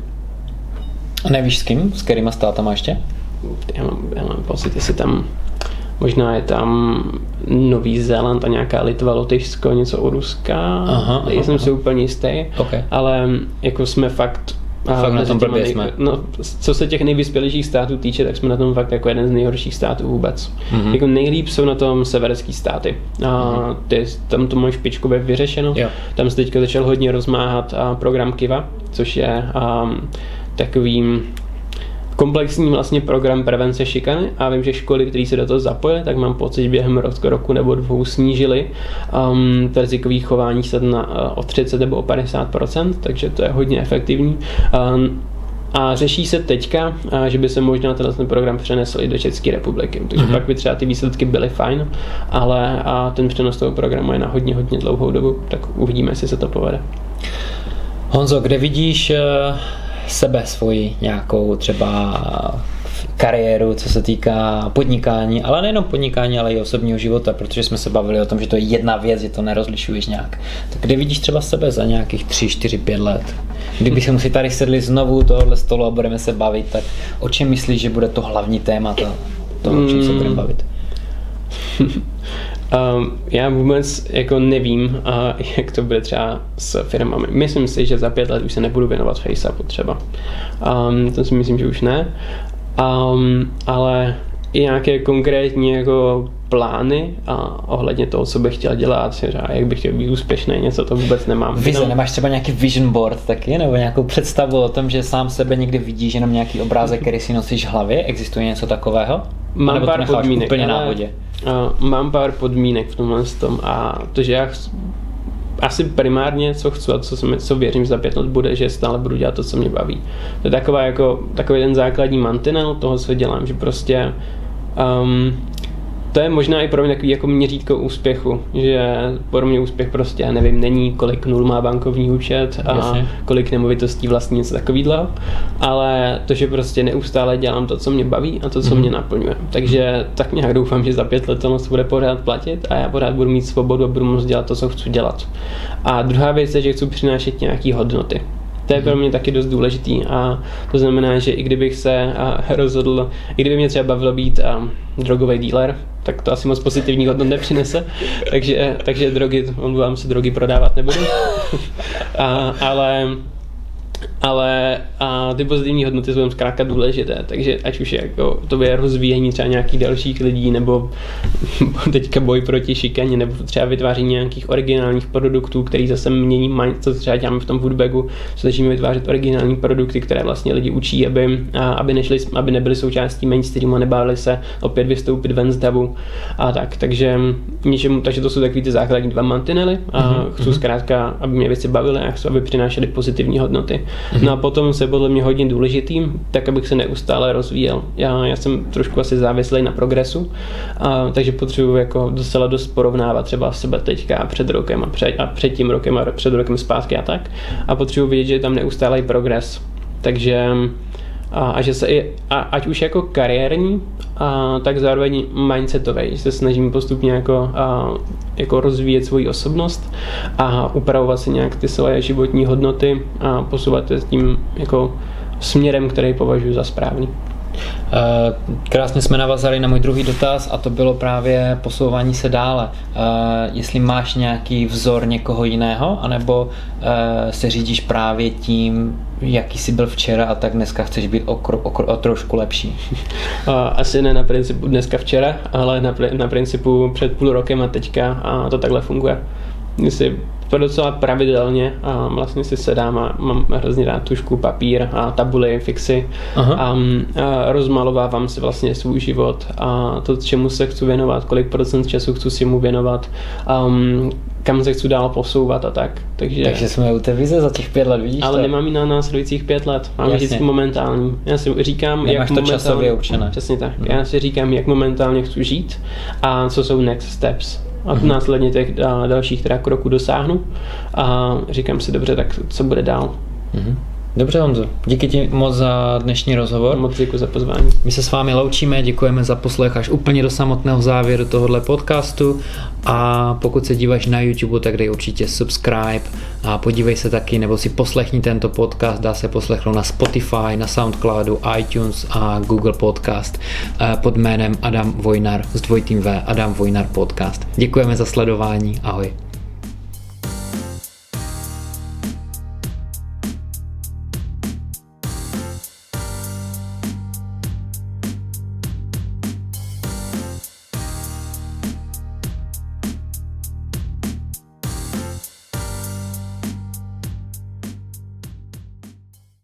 A nevíš s kým? S kterýma státama ještě? Já mám, já mám pocit, jestli tam... Možná je tam Nový Zéland a nějaká Litva, Lotyšsko, něco u Ruska. Aha, jsem si úplně jistý, okay. Ale jako jsme fakt... Fakt na tom blbě nej... jsme. No, co se těch nejvyspělejších států týče, tak jsme na tom fakt jako jeden z nejhorších států vůbec. Mm-hmm. Jako nejlíp jsou na tom severské státy. A mm-hmm. ty, tam to mají špičkově vyřešeno. Jo. Tam se teďka začal hodně rozmáhat a program Kiva, což je um, takovým komplexní vlastně program prevence šikany a vím, že školy, které se do toho zapojily, tak mám pocit, že během roku, roku nebo dvou snížili um, to rizikové chování se na, uh, o třicet nebo o padesát procent, takže to je hodně efektivní. Um, a řeší se teďka, uh, že by se možná ten program přenesl i do České republiky, takže mm-hmm. pak by třeba ty výsledky byly fajn, ale uh, ten přenos toho programu je na hodně, hodně dlouhou dobu, tak uvidíme, jestli se to povede. Honzo, kde vidíš uh... sebe svoji nějakou třeba kariéru, co se týká podnikání, ale nejenom podnikání, ale i osobního života, protože jsme se bavili o tom, že to je jedna věc, že to nerozlišuješ nějak. Tak kde vidíš třeba sebe za nějakých tři, čtyři, pět let? Kdybychom si tady sedli znovu tohohle stolu a budeme se bavit, tak o čem myslíš, že bude to hlavní téma toho, o čem se budeme bavit? Um, já vůbec jako nevím, uh, jak to bude třeba s firmami. Myslím si, že za pět let už se nebudu věnovat FaceAppu třeba. Um, to si myslím, že už ne. Um, ale i nějaké konkrétní jako plány a ohledně toho, co bych chtěl dělat, jak bych chtěl být úspěšný, něco to vůbec nemám. Vize, no. Nemáš třeba nějaký vision board taky, nebo nějakou představu o tom, že sám sebe někdy vidíš jenom nějaký obrázek, který si nosíš v hlavě? Existuje něco takového? Mám nebo pár podmínek, úplně náhodě? Uh, mám pár podmínek v tomhle tom a to, že já asi primárně, co chci a co, jsem, co věřím, že za pět let bude, že stále budu dělat to, co mě baví. To je taková jako, takový ten základní mantinel toho, co dělám, že prostě um, to je možná i pro mě takový jako měřítko úspěchu, že pro mě úspěch prostě, já nevím, není kolik nul má bankovní účet a Jasně. kolik nemovitostí vlastní, něco takovýhle, ale to, že prostě neustále dělám to, co mě baví a to, co mm. mě naplňuje. Takže tak nějak doufám, že za pět let to bude pořád platit a já pořád budu mít svobodu a budu moct dělat to, co chci dělat. A druhá věc je, že chci přinášet nějaký hodnoty. To je pro mě taky dost důležitý a to znamená, že i kdybych se rozhodl, i kdyby mě třeba bavilo být drogový dealer, tak to asi moc pozitivní hodnot nepřinese, takže, takže drogy, omlouvám se, drogy prodávat nebudu, a, ale ale a ty pozitivní hodnoty jsou zkrátka důležité, takže ať už jako to je rozvíjení třeba nějakých dalších lidí, nebo teďka boj proti šikaně, nebo třeba vytváření nějakých originálních produktů, který zase mění mind, co třeba děláme v tom foodbagu, snažíme vytvářet originální produkty, které vlastně lidi učí, aby, a, aby, nešli, aby nebyly součástí mainstreamu a nebáli se opět vystoupit ven z davu a tak, takže něčemu, takže to jsou takový ty základní dva mantinely a mm-hmm. chci zkrátka, aby mě věci bavily a chci, aby přinášely pozitivní hodnoty. No a potom se podle mě hodně důležitý, tak abych se neustále rozvíjel. Já, já jsem trošku asi závislý na progresu, a, takže potřebuji jako docela dost porovnávat třeba sebe teďka a před rokem a před, a před tím rokem a před rokem zpátky a tak. A potřebuji vidět, že je tam neustálý progres. Takže a, a že se i, a, ať už jako kariérní, a, tak zároveň mindsetový, že se snažím postupně jako, a, jako rozvíjet svoji osobnost a upravovat si nějak ty své životní hodnoty a posouvat je s tím jako směrem, který považuji za správný. Krásně jsme navazali na můj druhý dotaz a to bylo právě posouvání se dále. Jestli máš nějaký vzor někoho jiného, anebo se řídíš právě tím, jaký jsi byl včera a tak dneska chceš být o, kro, o, kro, o trošku lepší? Asi ne na principu dneska včera, ale na, na principu před půl rokem a teďka a to takhle funguje. Jestli to docela pravidelně a vlastně si sedám a mám hrozně rád tušku, papír a tabuly, fixy a, a rozmalovávám si vlastně svůj život a to, čemu se chci věnovat, kolik procent času chci si mu věnovat, um, kam se chci dál posouvat a tak. Takže, Takže jsme u té vize za těch pět let, vidíš ale to? nemám ji na následujících pět let, mám vždycky momentální. Já si říkám, Nemáš jak to momentálně, časově určené. Přesně tak. Hmm. Já si říkám, jak momentálně chci žít a co jsou next steps. A mm-hmm. následně těch dalších teda kroků dosáhnu a říkám si, dobře, tak co bude dál. Mm-hmm. Dobře, Honzo, díky ti moc za dnešní rozhovor. Moc děkuji za pozvání. My se s vámi loučíme, děkujeme za poslech až úplně do samotného závěru tohohle podcastu a pokud se díváš na YouTube, tak dej určitě subscribe a podívej se taky, nebo si poslechni tento podcast, dá se poslechnout na Spotify, na Soundcloudu, iTunes a Google Podcast pod jménem Adam Vojnar s dvojitým V, Adam Vojnar Podcast. Děkujeme za sledování, ahoj.